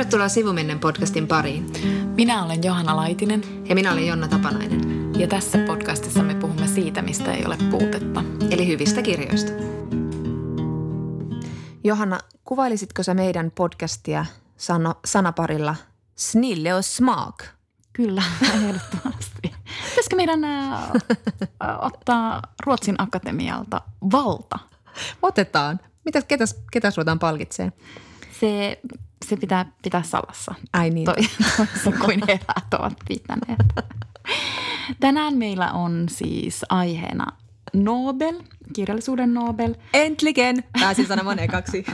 Tervetuloa Sivumennen podcastin pariin. Minä olen Johanna Laitinen. Ja minä olen Jonna Tapanainen. Ja tässä podcastissa me puhumme siitä, mistä ei ole puutetta. Eli hyvistä kirjoista. Johanna, kuvailisitko sä meidän podcastia sanaparilla snille och smak? Kyllä, ehdottomasti. Pitäisikö meidän ottaa Ruotsin Akatemialta valta? Otetaan. Ketäs ruvetaan palkitseen? Se pitää salassa. Ai niin. Toisin kuin eräät ovat pitäneet. Tänään meillä on siis aiheena Nobel, kirjallisuuden Nobel. Äntligen! Pääsin sanomaan ekaksi.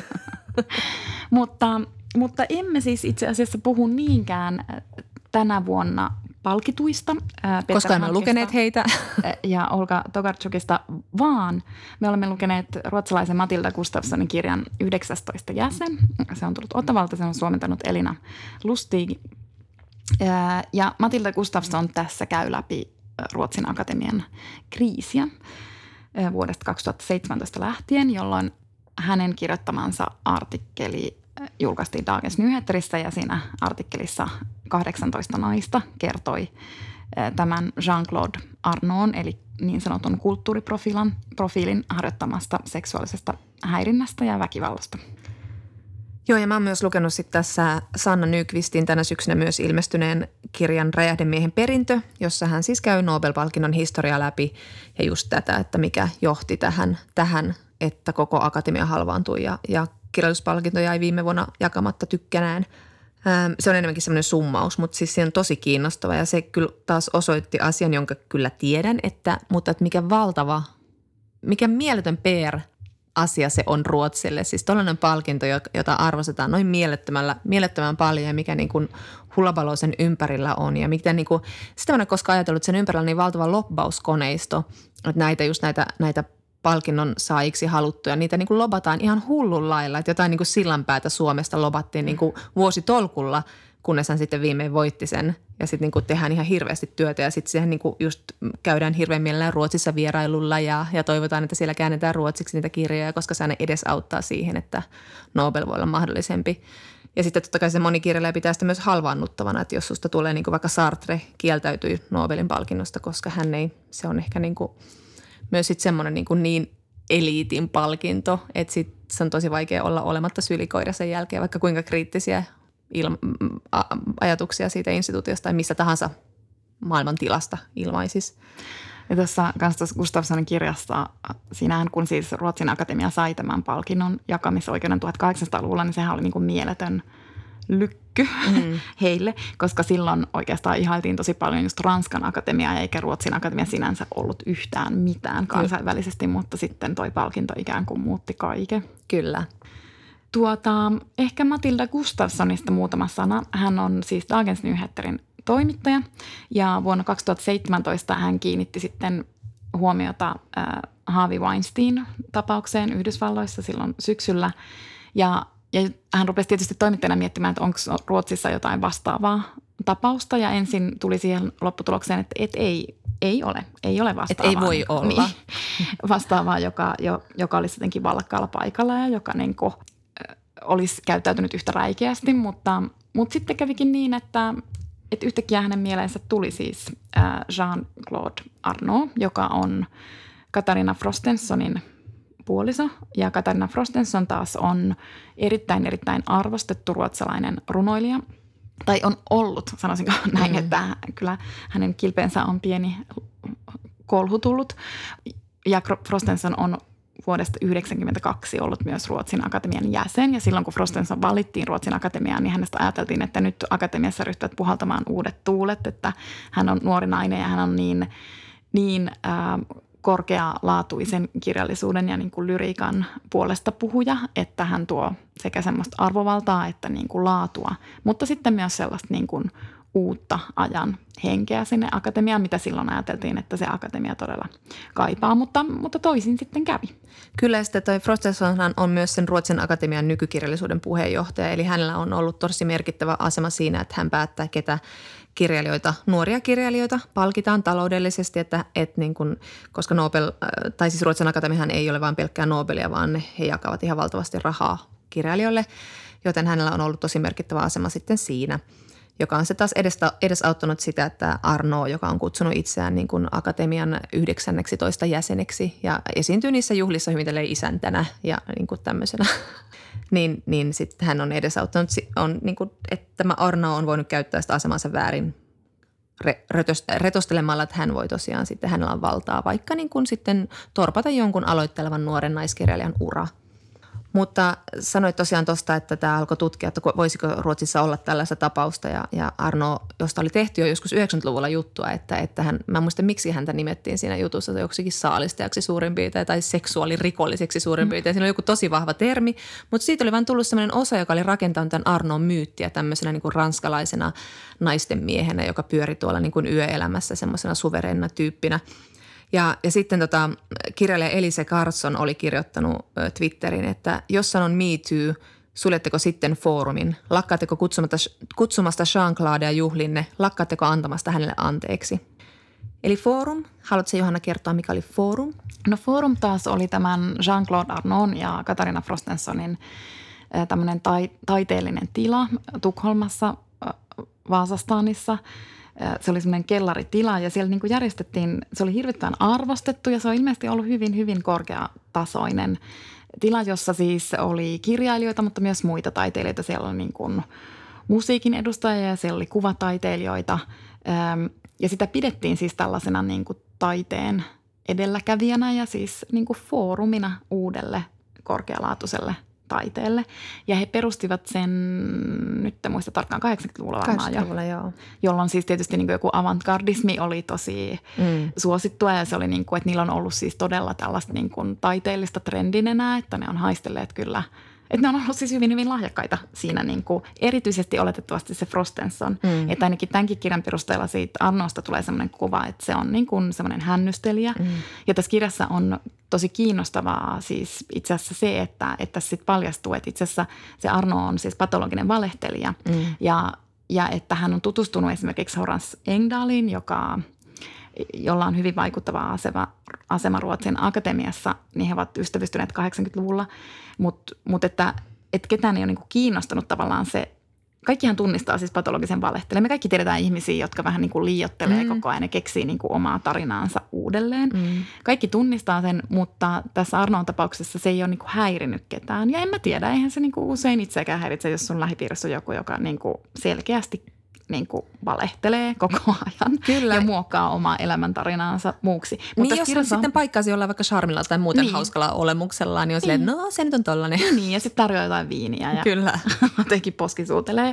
Mutta emme siis itse asiassa puhu niinkään tänä vuonna palkituista. Koska emme lukeneet heitä. Ja Olga Tokarczukista, vaan me olemme lukeneet ruotsalaisen Matilda Gustafssonin kirjan 19 jäsen. Se on tullut Ottavalta, se on suomentanut Elina Lustig. Ja Matilda Gustafsson tässä käy läpi Ruotsin Akatemian kriisiä vuodesta 2017 lähtien, jolloin hänen kirjoittamansa artikkeli julkaistiin Dagens Nyheterissä ja siinä artikkelissa 18 naista kertoi tämän Jean-Claude Arnaultin eli niin sanotun kulttuuriprofiilin harjoittamasta seksuaalisesta häirinnästä ja väkivallasta. Joo, ja mä oon myös lukenut sitten tässä Sanna Nykvistin tänä syksynä myös ilmestyneen kirjan Räjähdemiehen perintö, jossa hän siis käy Nobel-palkinnon historiaa läpi ja just tätä, että mikä johti tähän että koko akatemia halvaantui ja kirjallisuuspalkinto jäi viime vuonna jakamatta tykkänään. Se on enemmänkin semmoinen summaus, mutta siis se on tosi kiinnostava ja se kyllä taas osoitti asian, jonka kyllä tiedän, mutta mikä mieletön PR-asia se on Ruotsille. Siis tollainen palkinto, jota arvostetaan noin mielettömän paljon ja mikä niin kuin hullabalo sen ympärillä on ja mitä niin kuin, sitä mä en ole koskaan ajatellut, että sen ympärillä on niin valtava lobbauskoneisto, että näitä palkinnon saajiksi haluttuja. Niitä niin kuin lobataan ihan hullun lailla, että jotain niin kuin Sillanpäätä Suomesta lobattiin niin kuin vuositolkulla, kunnes hän sitten viimein voitti sen. Ja sitten niin kuin tehdään ihan hirveästi työtä ja sitten siihen niin kuin just käydään hirveän mielellään Ruotsissa vierailulla ja toivotaan, että siellä käännetään ruotsiksi niitä kirjoja, koska se aina edesauttaa siihen, että Nobel voi olla mahdollisempi. Ja sitten totta kai se moni kirjailija pitää sitä myös halvaannuttavana, että jos susta tulee niin kuin vaikka Sartre kieltäytyi Nobelin palkinnosta, koska se on ehkä niin kuin myös sitten semmoinen niin eliitin palkinto, että sit se on tosi vaikea olla olematta sylikoira sen jälkeen, vaikka kuinka kriittisiä ajatuksia siitä instituutiosta tai mistä tahansa maailman tilasta ilmaisisi. Ja tässä Gustafssonin kirjassa, siinähän kun siis Ruotsin Akatemia sai tämän palkinnon jakamisoikeuden 1800-luvulla, niin sehän oli niin kuin mieletön lykky heille, koska silloin oikeastaan ihailtiin tosi paljon just Ranskan akatemiaa eikä Ruotsin akatemia sinänsä ollut yhtään mitään kansainvälisesti, mutta sitten toi palkinto ikään kuin muutti kaiken. Kyllä. Ehkä Matilda Gustafssonista muutama sana. Hän on siis Dagens Nyheterin toimittaja ja vuonna 2017 hän kiinnitti sitten huomiota Harvey Weinstein-tapaukseen Yhdysvalloissa silloin syksyllä ja hän rupesi tietysti toimittajana miettimään, että onko Ruotsissa jotain vastaavaa tapausta ja ensin tuli siihen lopputulokseen, että ei ole vastaavaa. Että ei voi olla. Niin, vastaavaa, joka olisi jotenkin vallakkaalla paikalla ja joka niin kuin, olisi käyttäytynyt yhtä räikeästi, mutta sitten kävikin niin, että yhtäkkiä hänen mieleensä tuli siis Jean-Claude Arnault, joka on Katarina Frostensonin puoliso. Ja Katarina Frostenson taas on erittäin arvostettu ruotsalainen runoilija. Tai on ollut, sanoisinko näin, että kyllä hänen kilpeensä on pieni kolhu tullut. Ja Frostenson on vuodesta 1992 ollut myös Ruotsin Akatemian jäsen. Ja silloin kun Frostenson valittiin Ruotsin Akatemiaan, niin hänestä ajateltiin, että nyt Akatemiassa ryhtyvät puhaltamaan uudet tuulet. Että hän on nuori nainen ja hän on niin korkealaatuisen kirjallisuuden ja niin kuin lyriikan puolesta puhuja, että hän tuo sekä semmoista arvovaltaa että niin kuin laatua, mutta sitten myös sellaista niin kuin uutta ajan henkeä sinne akatemiaan, mitä silloin ajateltiin, että se akatemia todella kaipaa, mutta toisin sitten kävi. Kyllä, sitten toi Frostensonhan on myös sen Ruotsin Akatemian nykykirjallisuuden puheenjohtaja, eli hänellä on ollut tosi merkittävä asema siinä, että hän päättää, ketä nuoria kirjailijoita palkitaan taloudellisesti, että niin kuin, koska siis Ruotsin Akatemiahan ei ole vain pelkkää Nobelia, vaan he jakavat ihan valtavasti rahaa kirjailijoille, joten hänellä on ollut tosi merkittävä asema sitten siinä, joka on se taas edesauttanut sitä, että Arnaud, joka on kutsunut itseään niin kuin akatemian 19 jäseneksi ja esiintyy niissä juhlissa hyvin isäntänä ja niin kuin tämmöisenä, niin sitten hän on edesauttanut, niin kuin, että tämä Arnaud on voinut käyttää sitä asemansa väärin retostelemalla, että hän voi tosiaan sitten, hänellä on valtaa vaikka niin kuin sitten torpata jonkun aloittelevan nuoren naiskirjailijan ura. Mutta sanoit tosiaan tuosta, että tämä alkoi tutkia, että voisiko Ruotsissa olla tällaista tapausta ja Arnaud, josta oli tehty jo joskus 90-luvulla juttua, että mä en muista miksi häntä nimettiin siinä jutussa joksikin saalistajaksi suurin piirtein tai seksuaalirikolliseksi suurin piirtein. Siinä oli joku tosi vahva termi, mutta siitä oli vaan tullut sellainen osa, joka oli rakentanut tämän Arnaudin myyttiä tämmöisenä niin kuin ranskalaisena naisten miehenä, joka pyöri tuolla niin kuin yöelämässä semmoisena suvereenina tyyppinä. Ja sitten kirjailija Elise Carson oli kirjoittanut Twitteriin, että jos sanon Me Too, suljetteko sitten foorumin? Lakkaatteko kutsumasta Jean-Claudea juhlinne? Lakkaatteko antamasta hänelle anteeksi? Eli foorum. Haluatko Johanna kertoa, mikä oli foorum? No foorum taas oli tämän Jean-Claude Arnaudin ja Katarina Frostensonin tämmöinen taiteellinen tila Tukholmassa, Vasastanissa. Se oli semmoinen kellaritila ja siellä niin kuin järjestettiin, se oli hirvittävän arvostettu ja se on ilmeisesti ollut hyvin, hyvin korkeatasoinen tila, jossa siis oli kirjailijoita, mutta myös muita taiteilijoita. Siellä oli niin kuin musiikin edustajia ja siellä oli kuvataiteilijoita ja sitä pidettiin siis tällaisena niin kuin taiteen edelläkävijänä ja siis niin kuin foorumina uudelle korkealaatuiselle taiteelle. Ja he perustivat sen, nyt en muista tarkkaan, 80-luvulla varmaan 80-luvulla, joo. Jolloin siis tietysti niin kuin joku avantgardismi oli tosi suosittua ja se oli niin kuin, että niillä on ollut siis todella tällaista niin kuin taiteellista trendinenä, että ne on haistelleet kyllä, että ne on ollut siis hyvin, hyvin lahjakkaita siinä niin kuin, erityisesti oletettavasti se Frostenson. Että ainakin tämänkin kirjan perusteella siitä Arnaudsta tulee sellainen kuva, että se on niin kuin semmoinen hännystelijä. Ja tässä kirjassa on tosi kiinnostavaa siis itse asiassa se, että tässä sitten paljastuu, että itse asiassa se Arnaud on siis patologinen valehtelija. Ja että hän on tutustunut esimerkiksi Horace Engdahliin, jolla on hyvin vaikuttava asema Ruotsin akatemiassa, niin he ovat ystävystyneet 80-luvulla, mutta että ketään ei ole niin kuin kiinnostanut tavallaan se, kaikkihan tunnistaa siis patologisen valehtelijan. Me kaikki tiedetään ihmisiä, jotka vähän niin kuin liioittelee koko ajan ja keksii niin kuin omaa tarinaansa uudelleen. Kaikki tunnistaa sen, mutta tässä Arnaudin tapauksessa se ei ole niin kuin häirinyt ketään. Ja en mä tiedä, eihän se niin kuin usein itseäkään häiritse, jos sun lähipiirissä on joku, joka niin kuin selkeästi niin kuin valehtelee koko ajan. Kyllä. Ja muokkaa omaa elämäntarinaansa muuksi. Mutta niin, jos on sitten paikkaasi jollain vaikka charmilla tai muuten hauskalla olemuksellaan, niin on silleen, no se nyt on tollainen. Niin, ja sitten tarjoaa jotain viiniä ja kyllä. jotenkin poski suutelee.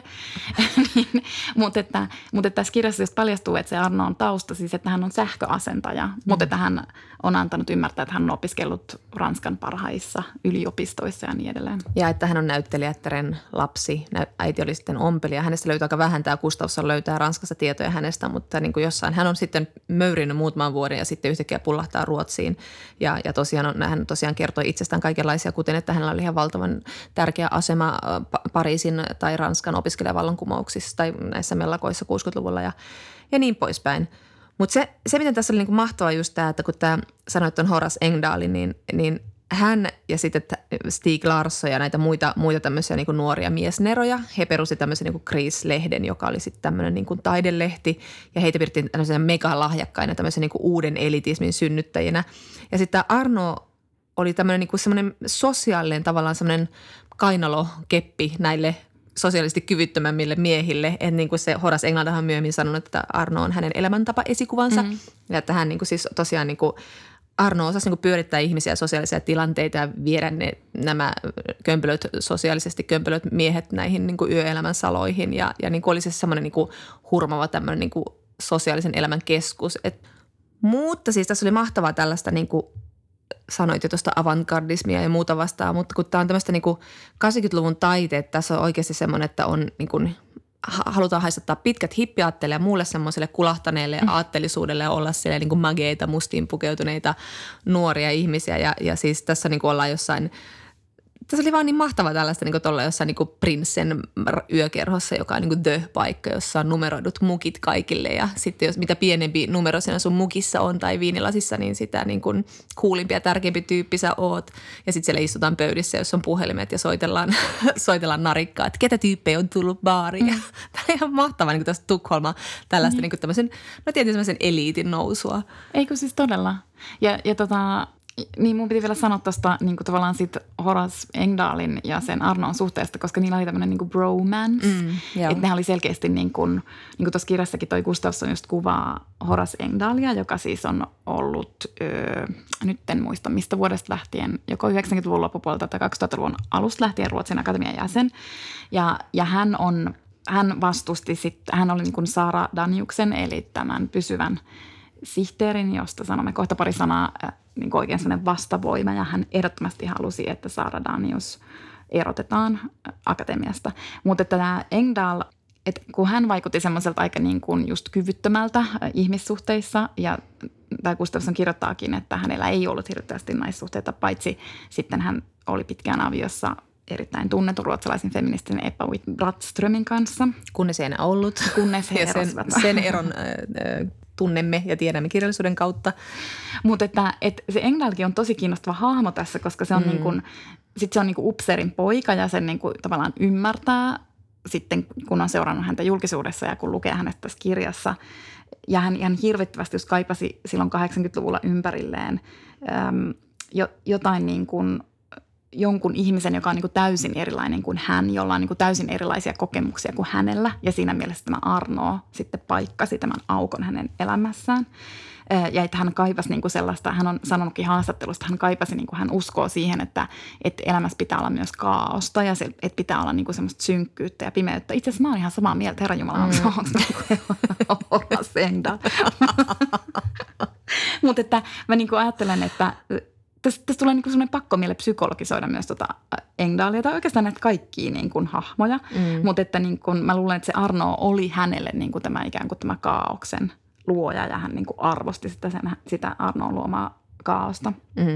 Mutta tässä kirjassa just paljastuu, että se Arnaud on tausta, siis että hän on sähköasentaja, mutta että hän on antanut ymmärtää, että hän on opiskellut Ranskan parhaissa yliopistoissa ja niin edelleen. Ja että hän on näyttelijättären lapsi. Äiti oli sitten ompelija. Hänestä löytyy aika vähän tämä Gustafsson löytää Ranskassa tietoja hänestä, mutta niin kuin jossain hän on sitten möyrinyt muutaman vuoden ja sitten yhtäkkiä pullahtaa Ruotsiin. Ja tosiaan hän tosiaan kertoi itsestään kaikenlaisia, kuten että hänellä oli ihan valtavan tärkeä asema Pariisin tai Ranskan opiskelijavallankumouksissa tai näissä mellakoissa 60-luvulla ja niin poispäin. Mutta se, miten tässä oli niin kuin mahtavaa just tämä, että kun tämä sanoi, että on Horace Engdahl, niin hän ja sitten Stieg Larsson ja näitä muita tämmöisiä niin kuin nuoria miesneroja, he perusti tämmöisen niin kuin Kris-lehden, joka oli sitten tämmöinen niin kuin taidelehti ja heitä pidettiin tämmöisenä megalahjakkaina tämmöisen niin kuin uuden elitismin synnyttäjinä. Ja sitten Arnaud oli tämmöinen niin kuin semmoinen sosiaalinen tavallaan semmoinen kainalokeppi näille sosiaalisesti kyvyttömämmille miehille, että niin kuin se Horace Engdahl on myöhemmin sanonut, että Arnaud on hänen elämäntapa-esikuvansa ja että hän niin kuin siis tosiaan niin kuin Arnaud osasi niin kuin pyörittää ihmisiä sosiaalisia tilanteita ja viedä nämä sosiaalisesti kömpelöt miehet näihin niin kuin yöelämän saloihin ja niin kuin oli se semmoinen niin kuin hurmava tämmöinen niin kuin sosiaalisen elämän keskus. Mutta siis tässä oli mahtavaa tällaista niin kuin sanoit jo tuosta avantgardismia ja muuta vastaan, mutta kun tämä on tämmöistä niin kuin 80-luvun taiteet, tässä on oikeasti semmoinen, että on niin kuin halutaan haistattaa pitkät hippiaatteille ja muulle semmoiselle kulahtaneelle aattelisuudelle ja olla siellä niin kuin mageita, mustiin pukeutuneita nuoria ihmisiä. Ja siis tässä niin kuin ollaan jossain tässä oli vaan niin mahtavaa tällaista niin tuolla jossain niin Prinssen yökerhossa, joka on niin the-paikka, jossa on numeroidut mukit kaikille. Ja sitten jos mitä pienempi numero siinä sun mukissa on tai viinilasissa, niin sitä niin kuin coolimpi ja tärkeämpi tyyppi sä oot. Ja sitten siellä istutaan pöydissä, jos on puhelimet ja soitellaan narikkaa, että ketä tyyppejä on tullut baariin. Tämä on ihan mahtavaa niin tästä Tukholmaa, tällaista niin tämmöisen, no tietysti tämmöisen eliitin nousua. Eikö siis todella? Ja niin mun piti vielä sanoa tuosta niin tavallaan sit Horace Engdahlin ja sen Arnon suhteesta, koska niillä oli tämmöinen niin bromance. Että nehän oli selkeästi niin kuin tuossa kirjassakin toi Gustafsson just kuvaa Horace Engdahlia, joka siis on ollut, nyt en muista mistä vuodesta lähtien, joko 90-luvun loppupuolelta tai 2000-luvun alusta lähtien Ruotsin akatemian jäsen. Ja hän vastusti sitten, hän oli niin kuin Sara Daniuksen eli tämän pysyvän sihteerin, josta sanomme kohta pari sanaa, niin kuin oikein sellainen vastavoima, ja hän ehdottomasti halusi, että Sara Danius erotetaan akatemiasta. Mutta että tämä Engdahl, että kun hän vaikutti semmoiselta aika niin kuin just kyvyttömältä ihmissuhteissa, ja tämä Gustafsson kirjoittaakin, että hänellä ei ollut hirveästi naissuhteita, paitsi sitten hän oli pitkään aviossa erittäin tunnetun ruotsalaisen feministin Ebba Witt-Brattströmin kanssa. Kunnes ei enää ollut. Kunnes he erosivat. Sen eron tunnemme ja tiedämme kirjallisuuden kautta. Mutta että se Engdahlkin on tosi kiinnostava hahmo tässä, koska se on niin kuin, sit se on niin kuin upseerin poika ja sen niin kuin tavallaan ymmärtää sitten, kun on seurannut häntä julkisuudessa ja kun lukee hänet tässä kirjassa. Ja hän hirvittävästi just kaipasi silloin 80-luvulla ympärilleen jotain niin kuin jonkun ihmisen, joka on niin kuin täysin erilainen kuin hän, jolla on niin kuin täysin erilaisia kokemuksia kuin hänellä. Ja siinä mielessä tämä Arno sitten paikkasi tämän aukon hänen elämässään. Ja että hän kaipasi niin kuin sellaista, hän on sanonutkin haastattelusta, hän kaipasi, niin kuin hän uskoo siihen, että elämässä pitää olla myös kaaosta ja että pitää olla niin kuin semmoista synkkyyttä ja pimeyttä. Itse asiassa mä oon ihan samaa mieltä, Herranjumala, onko Horace Engdahl. Mutta että mä niin kuin ajattelen, että tässä tulee niin kuin sellainen pakkomielle psykologisoida myös Engdahlia tai oikeastaan näitä kaikkia niin kuin hahmoja. Mutta että niin kuin, mä luulen, että se Arno oli hänelle niin kuin tämä ikään kuin tämä kaaoksen luoja ja hän niin kuin arvosti sitä Arnon luomaa kaaosta.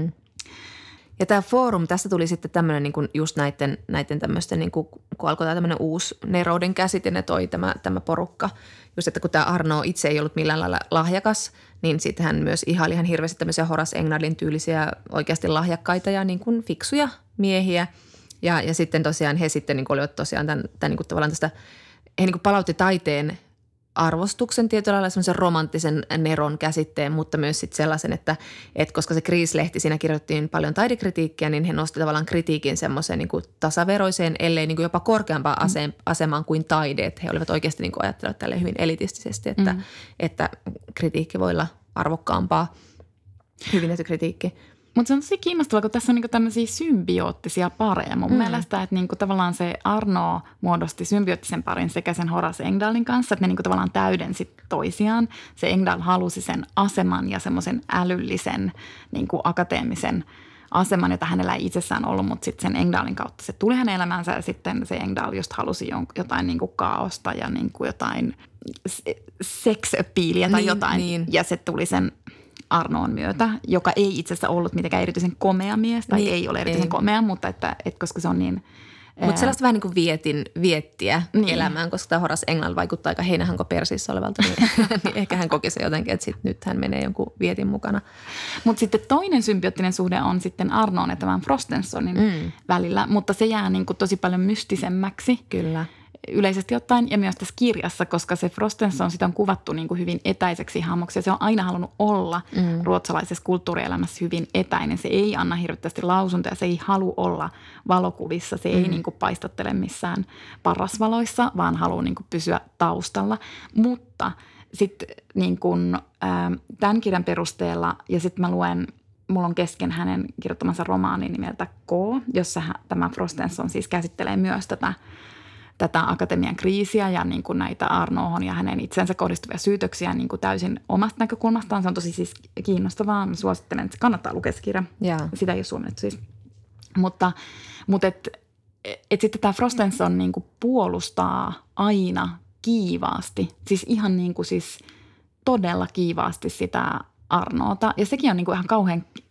Ja tämä foorum, tästä tuli sitten tämmöinen niin kuin just näiden tämmöisten, niin kuin, kun alkoi tämä tämmöinen uusi nerouden käsite, ne toi tämä porukka. Just, että kun tämä Arno itse ei ollut millään lailla lahjakas, niin sitten hän myös ihaili ihan hirveästi tämmöisiä Horace Engdahlin tyylisiä oikeasti lahjakkaita ja niin kuin fiksuja miehiä. Ja sitten tosiaan he sitten niin kuin olivat tosiaan tämän niin kuin tavallaan tästä, he niin kuin palautti taiteen arvostuksen tietyllä lailla semmoisen romanttisen neron käsitteen, mutta myös sitten sellaisen, että koska se Kriis-lehti, siinä kirjoitettiin paljon taidekritiikkiä, niin he nosti tavallaan kritiikin semmoiseen niin kuin tasaveroiseen, ellei niin kuin jopa korkeampaan asemaan kuin taide. Että he olivat oikeasti niin kuin ajatelleet tälleen hyvin elitistisesti, että kritiikki voi olla arvokkaampaa, hyvin kritiikki. Mutta se on tosi kiinnostavaa, kun tässä on niinku tämmöisiä symbioottisia pareja. Mun mielestä, että niinku tavallaan se Arno muodosti symbioottisen parin sekä sen Horace Engdahlin kanssa, että ne niinku tavallaan täydensi toisiaan. Se Engdahl halusi sen aseman ja semmoisen älyllisen niinku akateemisen aseman, jota hänellä ei itsessään ollut, mutta sitten sen Engdahlin kautta se tuli hänen elämäänsä ja sitten se Engdahl just halusi jotain niinku kaaosta ja niinku jotain sex-appealia tai jotain. Niin. Ja se tuli sen Arnoon myötä, joka ei itse asiassa ollut mitenkään erityisen komea mies, tai ei ole erityisen komea, mutta että koska se on niin. Mutta sellaista vähän niin kuin viettiä elämään, koska tämä Horace Engdahl vaikuttaa aika heinähanko persiissä olevalta, niin ehkä hän koki se jotenkin, että nyt hän menee jonkun vietin mukana. Mutta sitten toinen symbioottinen suhde on sitten Arnoon ja tämän Frostensonin välillä, mutta se jää niin kuin tosi paljon mystisemmäksi. Kyllä. Yleisesti ottaen ja myös tässä kirjassa, koska se Frostenson sitä on kuvattu niin kuin hyvin etäiseksi hahmoksi ja se on aina halunnut olla ruotsalaisessa kulttuurielämässä hyvin etäinen. Se ei anna hirveästi lausuntoja, se ei halua olla valokuvissa, se ei niin kuin paistattele missään parasvaloissa, vaan haluaa niin kuin pysyä taustalla. Mutta sitten niin kuin, tämän kirjan perusteella ja sitten mä luen, mulla on kesken hänen kirjoittamansa romaani nimeltä K, jossa tämä Frostenson siis käsittelee myös tätä akatemian kriisiä ja niin kuin näitä Arnoon ja hänen itsensä kohdistuvia syytöksiä niin kuin täysin omasta näkökulmastaan. Se on tosi siis kiinnostavaa. Mä suosittelen, että kannattaa lukea se kirja. Sitä ei ole suomennettu siis. Mutta sitten tämä Frostenson niin kuin puolustaa aina kiivaasti, siis ihan niin kuin siis todella kiivaasti sitä Arnoota. Ja sekin on niin kuin ihan kauhean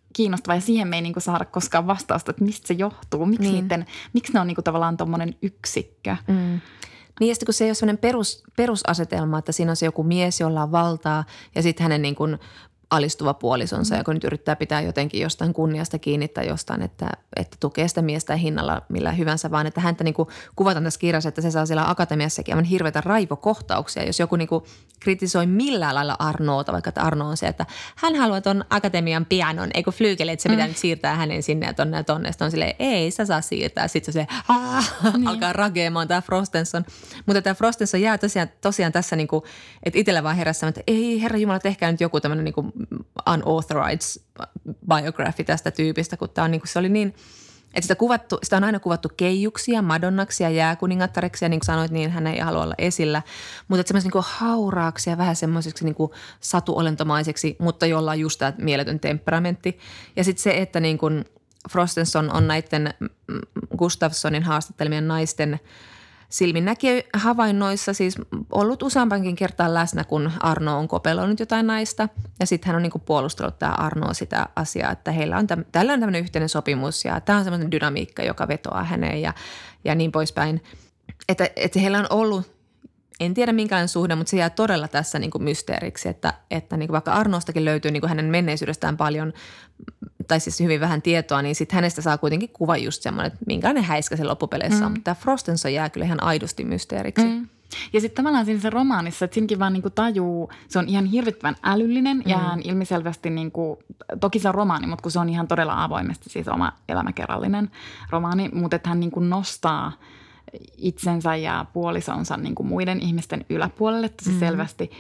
kiinnostava ja siihen me ei niin kuin saada koskaan vastausta, että mistä se johtuu, miksi ne on niin kuin tavallaan tommoinen yksikkö. Niin ja sitten kun se ei ole sellainen perusasetelma, että siinä on se joku mies, jolla on valtaa ja sitten hänen niin kuin alistuva puolisonsa, joka nyt yrittää pitää jotenkin jostain kunniasta kiinni tai jostain, että tukee sitä miestä hinnalla millä hyvänsä, vaan että häntä niin kuin kuvataan tässä kirjassa, että se saa siellä akatemiassakin aivan hirveitä raivokohtauksia. Jos joku niin kuin kritisoi millään lailla Arnoota, vaikka että Arno on se, että hän haluaa ton akatemian pianon, eikö flyykeli, että se pitää nyt siirtää hänen sinne ja tonne ja tonne. Sitten on silleen, ei, sä saa siirtää. Sitten se alkaa rageamaan tämä Frostenson. Mutta tämä Frostenson jää tosiaan tässä, niin kuin, että itsellä vaan herässä, että ei herra jumala, tehkää nyt joku tämmöinen niin kuin unauthorized biography tästä tyypistä, kun tämä on niin kuin, se oli niin, että sitä on aina kuvattu keijuksi ja madonnaksi ja jääkuningattareksi ja niin kuin sanoit, niin hän ei halua olla esillä, mutta semmoisen niin kuin hauraaksi ja vähän semmoiseksi niin kuin satuolentomaiseksi, mutta jolla on just tämä mieletön temperamentti. Ja sitten se, että niin kuin Frostenson on näiden Gustafssonin haastattelemien naisten silminnäkijä havainnoissa siis ollut useampankin kertaa läsnä, kun Arno on kopeloinut jotain naista. Ja sitten hän on niin kuin puolustellut tämä Arno sitä asiaa, että tällä on tämmöinen yhteinen sopimus ja tämä on semmoinen dynamiikka, joka vetoaa häneen ja niin poispäin. Että heillä on ollut, en tiedä minkälainen suhde, mutta se jää todella tässä niin kuin mysteeriksi, että niin kuin vaikka Arnostakin löytyy niin kuin hänen menneisyydestään paljon, tai siis hyvin vähän tietoa, niin sitten hänestä saa kuitenkin kuva just semmoinen, että minkälainen häiskä se loppupeleissä on. Mutta tämä Frostenson jää kyllä ihan aidosti mysteeriksi. Ja sitten tavallaan siinä se romaanissa, että siinäkin vaan niinku tajuu, se on ihan hirvittävän älyllinen ja hän ilmiselvästi, niinku, toki se on romaani, mutta kun se on ihan todella avoimesti siis oma elämäkerrallinen romaani, mutta että hän niinku nostaa itsensä ja puolisonsa niinku muiden ihmisten yläpuolelle tosi selvästi.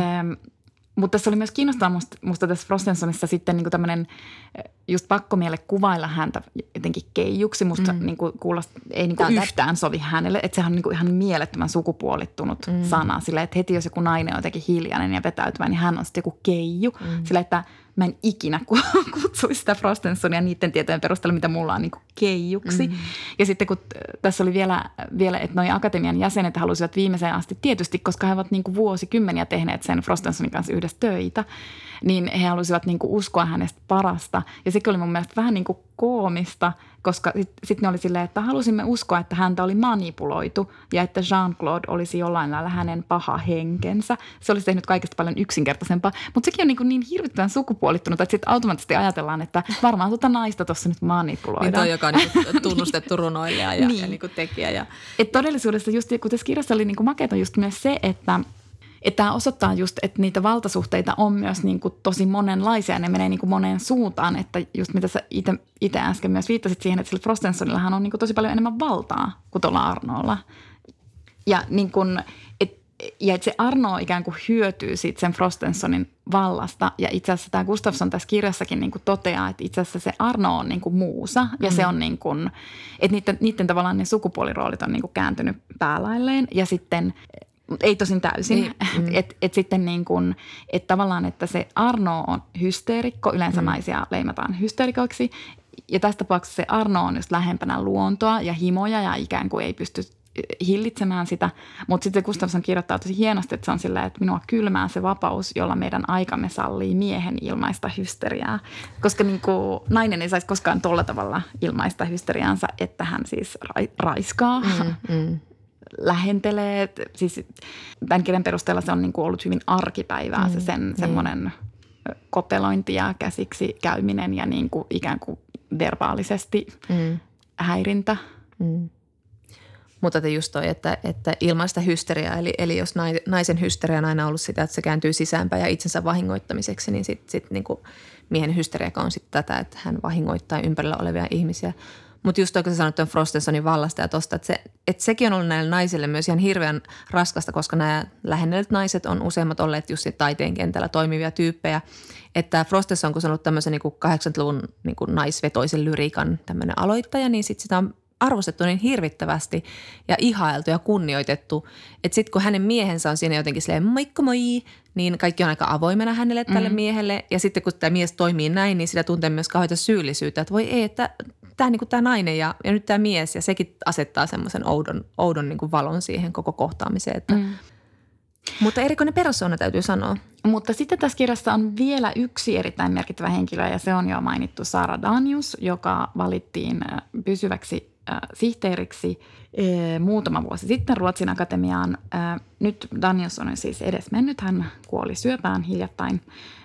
Mutta tässä oli myös kiinnostavaa musta tässä Frostensonissa sitten niinku tämmöinen just pakkomielle kuvailla häntä jotenkin keijuksi. Musta niinku ei niinku yhtään sovi hänelle, että sehän on niinku ihan mielettömän sukupuolittunut sana. Sillä että heti jos joku nainen on jotenkin hiljainen ja vetäytyvä, niin hän on sitten joku keiju. Sillä että mä en ikinä kutsuisi sitä Frostensonia niiden tietojen perusteella, mitä mulla on niinku keijuksi. Ja sitten kun tässä oli vielä että noi akatemian jäsenet halusivat viimeiseen asti tietysti, koska he ovat niinku vuosikymmeniä tehneet sen Frostensonin kanssa yhdessä töitä, niin he halusivat niinku uskoa hänestä parasta. Ja sekin oli mun mielestä vähän niinku koomista, koska sitten ne oli silleen, että halusimme uskoa, että häntä oli manipuloitu ja että Jean-Claude olisi jollain lailla hänen paha henkensä. Se olisi tehnyt kaikesta paljon yksinkertaisempaa, mutta sekin on niin hirvittävän sukupuolittunut, että sitten automaattisesti ajatellaan, että varmaan tuota naista tuossa nyt manipuloidaan. Niin toi, joka on niin tunnustettu runoilija ja, niin. Ja niin tekijä. Ja. Et todellisuudessa just kun tässä kirjassa oli niin makeata just myös se, että tämä osoittaa just, että niitä valtasuhteita on myös niin kuin tosi monenlaisia ja ne menee niin kuin moneen suuntaan. Että just mitä sä itse äsken myös viittasit siihen, että sillä Frostensonillahan on niin kuin tosi paljon enemmän valtaa kuin tuolla Arnolla. Ja niin kuin, että se Arno ikään kuin hyötyy siitä sen Frostensonin vallasta. Ja itse asiassa tämä Gustafsson tässä kirjassakin niin kuin toteaa, että itse asiassa se Arno on niin kuin muusa. Ja se on niin kuin, että niiden tavallaan ne sukupuoliroolit on niin kuin kääntynyt päälailleen ja sitten – ei tosin täysin. Että sitten niin kuin, että tavallaan, että se Arno on hysteerikko, yleensä naisia leimataan hysteerikoiksi. Ja tässä tapauksessa se Arno on just lähempänä luontoa ja himoja ja ikään kuin ei pysty hillitsemään sitä. Mutta sitten Gustafsson kirjoittaa tosi hienosti, että se on sillä, että minua kylmää se vapaus, jolla meidän aikamme sallii miehen ilmaista hysteriaa. Koska niin kuin nainen ei saisi koskaan tolla tavalla ilmaista hysteriaansa, että hän siis raiskaa. Lähentelee, siis tämän kirjan perusteella se on niin kuin ollut hyvin arkipäivää se semmoinen kotelointi ja käsiksi käyminen ja niin kuin ikään kuin verbaalisesti häirintä. Mutta just toi, että ilmaista hysteriaa, eli jos naisen hysteria on aina ollut sitä, että se kääntyy sisäänpäin ja itsensä vahingoittamiseksi, niin sitten niin kuin miehen hysteriaka on sitten tätä, että hän vahingoittaa ympärillä olevia ihmisiä. Mutta just toi, kun sä sanoit tuon Frostensonin vallasta ja tosta, että sekin on ollut näille naisille myös ihan hirveän raskasta, koska nämä lähennellyt naiset on useimmat olleet just taiteen kentällä toimivia tyyppejä. Että Frostenson, kun se on ollut tämmöisen niin 80-luvun niin naisvetoisen lyriikan tämmöinen aloittaja, niin sitten sitä on arvostettu niin hirvittävästi ja ihailtu ja kunnioitettu, että sitten kun hänen miehensä on siinä jotenkin silleen moikka moi, niin kaikki on aika avoimena hänelle tälle miehelle. Ja sitten kun tämä mies toimii näin, niin sitä tuntee myös kauheita syyllisyyttä, että voi ei, että tämä nainen ja nyt tämä mies ja sekin asettaa semmoisen oudon niin kuin valon siihen koko kohtaamiseen. Että. Mutta erikoinen persoona täytyy sanoa. Mutta sitten tässä kirjassa on vielä yksi erittäin merkittävä henkilö ja se on jo mainittu Sara Danius, joka valittiin pysyväksi sihteeriksi muutama vuosi sitten Ruotsin akatemiaan. Nyt Danius on siis edesmennyt, hän kuoli syöpään hiljattain.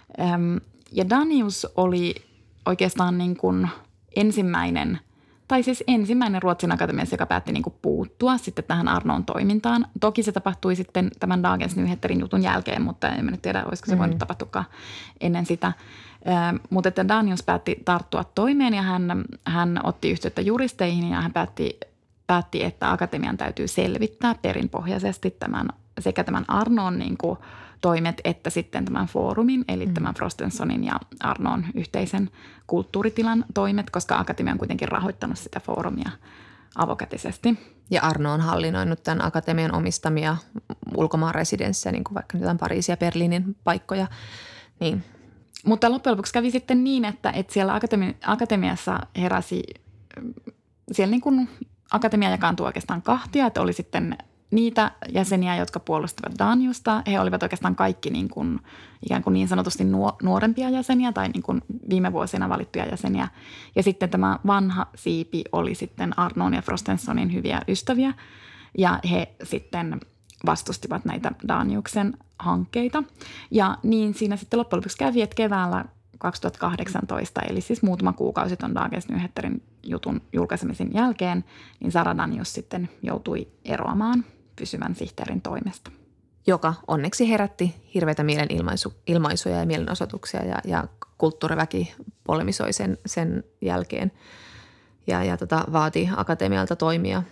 Ja Danius oli oikeastaan niin kuin ensimmäinen Ruotsin akatemiassa, joka päätti niin kuin puuttua sitten tähän Arnoon toimintaan. Toki se tapahtui sitten tämän Dagens Nyheterin jutun jälkeen, mutta en nyt tiedä, olisiko se voinut tapahtukaan ennen sitä. Mutta että Danius päätti tarttua toimeen ja hän otti yhteyttä juristeihin ja hän päätti, että akatemian täytyy selvittää perinpohjaisesti sekä tämän Arnoon niin kuin toimet, että sitten tämän foorumin, eli tämän Frostensonin ja Arnoon yhteisen kulttuuritilan toimet, koska akatemia on kuitenkin rahoittanut sitä foorumia avokätisesti. Ja Arno on hallinnoinut tämän akatemian omistamia ulkomaan residenssejä, niin kuin vaikka nyt Pariisin ja Berliinin paikkoja. Niin. Mutta loppujen lopuksi kävi sitten niin, että siellä akatemiassa heräsi, siellä niin kuin akatemia jakaantui oikeastaan kahtia, että oli sitten niitä jäseniä, jotka puolustivat Daniusta. He olivat oikeastaan kaikki ikään kuin niin sanotusti nuorempia jäseniä tai niin kuin viime vuosina valittuja jäseniä. Ja sitten tämä vanha siipi oli sitten Arnon ja Frostensonin hyviä ystäviä ja he sitten vastustivat näitä Daniuksen hankkeita. Ja niin siinä sitten loppujen lopuksi kävi, että keväällä 2018, eli siis muutama kuukausi tuon Dagens Nyheterin jutun julkaisemisen jälkeen, niin Sara Danius sitten joutui eroamaan pysyvän sihteerin toimesta. Joka onneksi herätti hirveitä mielenilmaisuja ja mielenosoituksia ja kulttuuriväki polemisoi sen jälkeen ja vaati akatemialta toimia.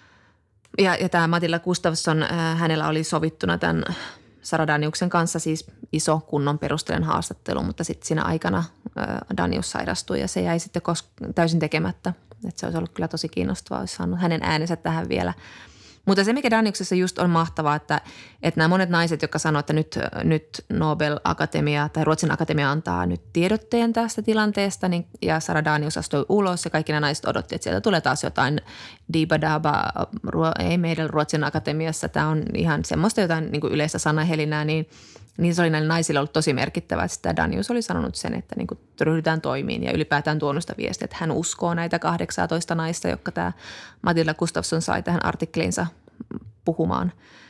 Ja tämä Matilda Gustafsson, hänellä oli sovittuna tämän Sara Daniuksen kanssa siis iso kunnon perusteellinen haastattelu, mutta sitten siinä aikana Danius sairastui ja se jäi sitten täysin tekemättä. Että se olisi ollut kyllä tosi kiinnostavaa, olisi saanut hänen äänensä tähän vielä. Mutta se, mikä Daniuksessa just on mahtavaa, että nämä monet naiset, jotka sanoo, että nyt Nobel-akatemia tai Ruotsin akatemia antaa nyt tiedotteen tästä tilanteesta, niin, ja Sara Danius astui ulos ja kaikki nämä naiset odotti, että sieltä tulee taas jotain diibadaba, ei meidän Ruotsin akatemiassa, tämä on ihan semmoista jotain niin kuin yleistä sanahelinää, niin se oli näille naisille ollut tosi merkittävää, että Danius oli sanonut sen, että niin kuin ryhdytään toimiin ja ylipäätään tuonut sitä viestiä, että hän uskoo näitä 18 naista, jotka tämä Matilda Gustafsson sai tähän artikkeliinsa puhumaan.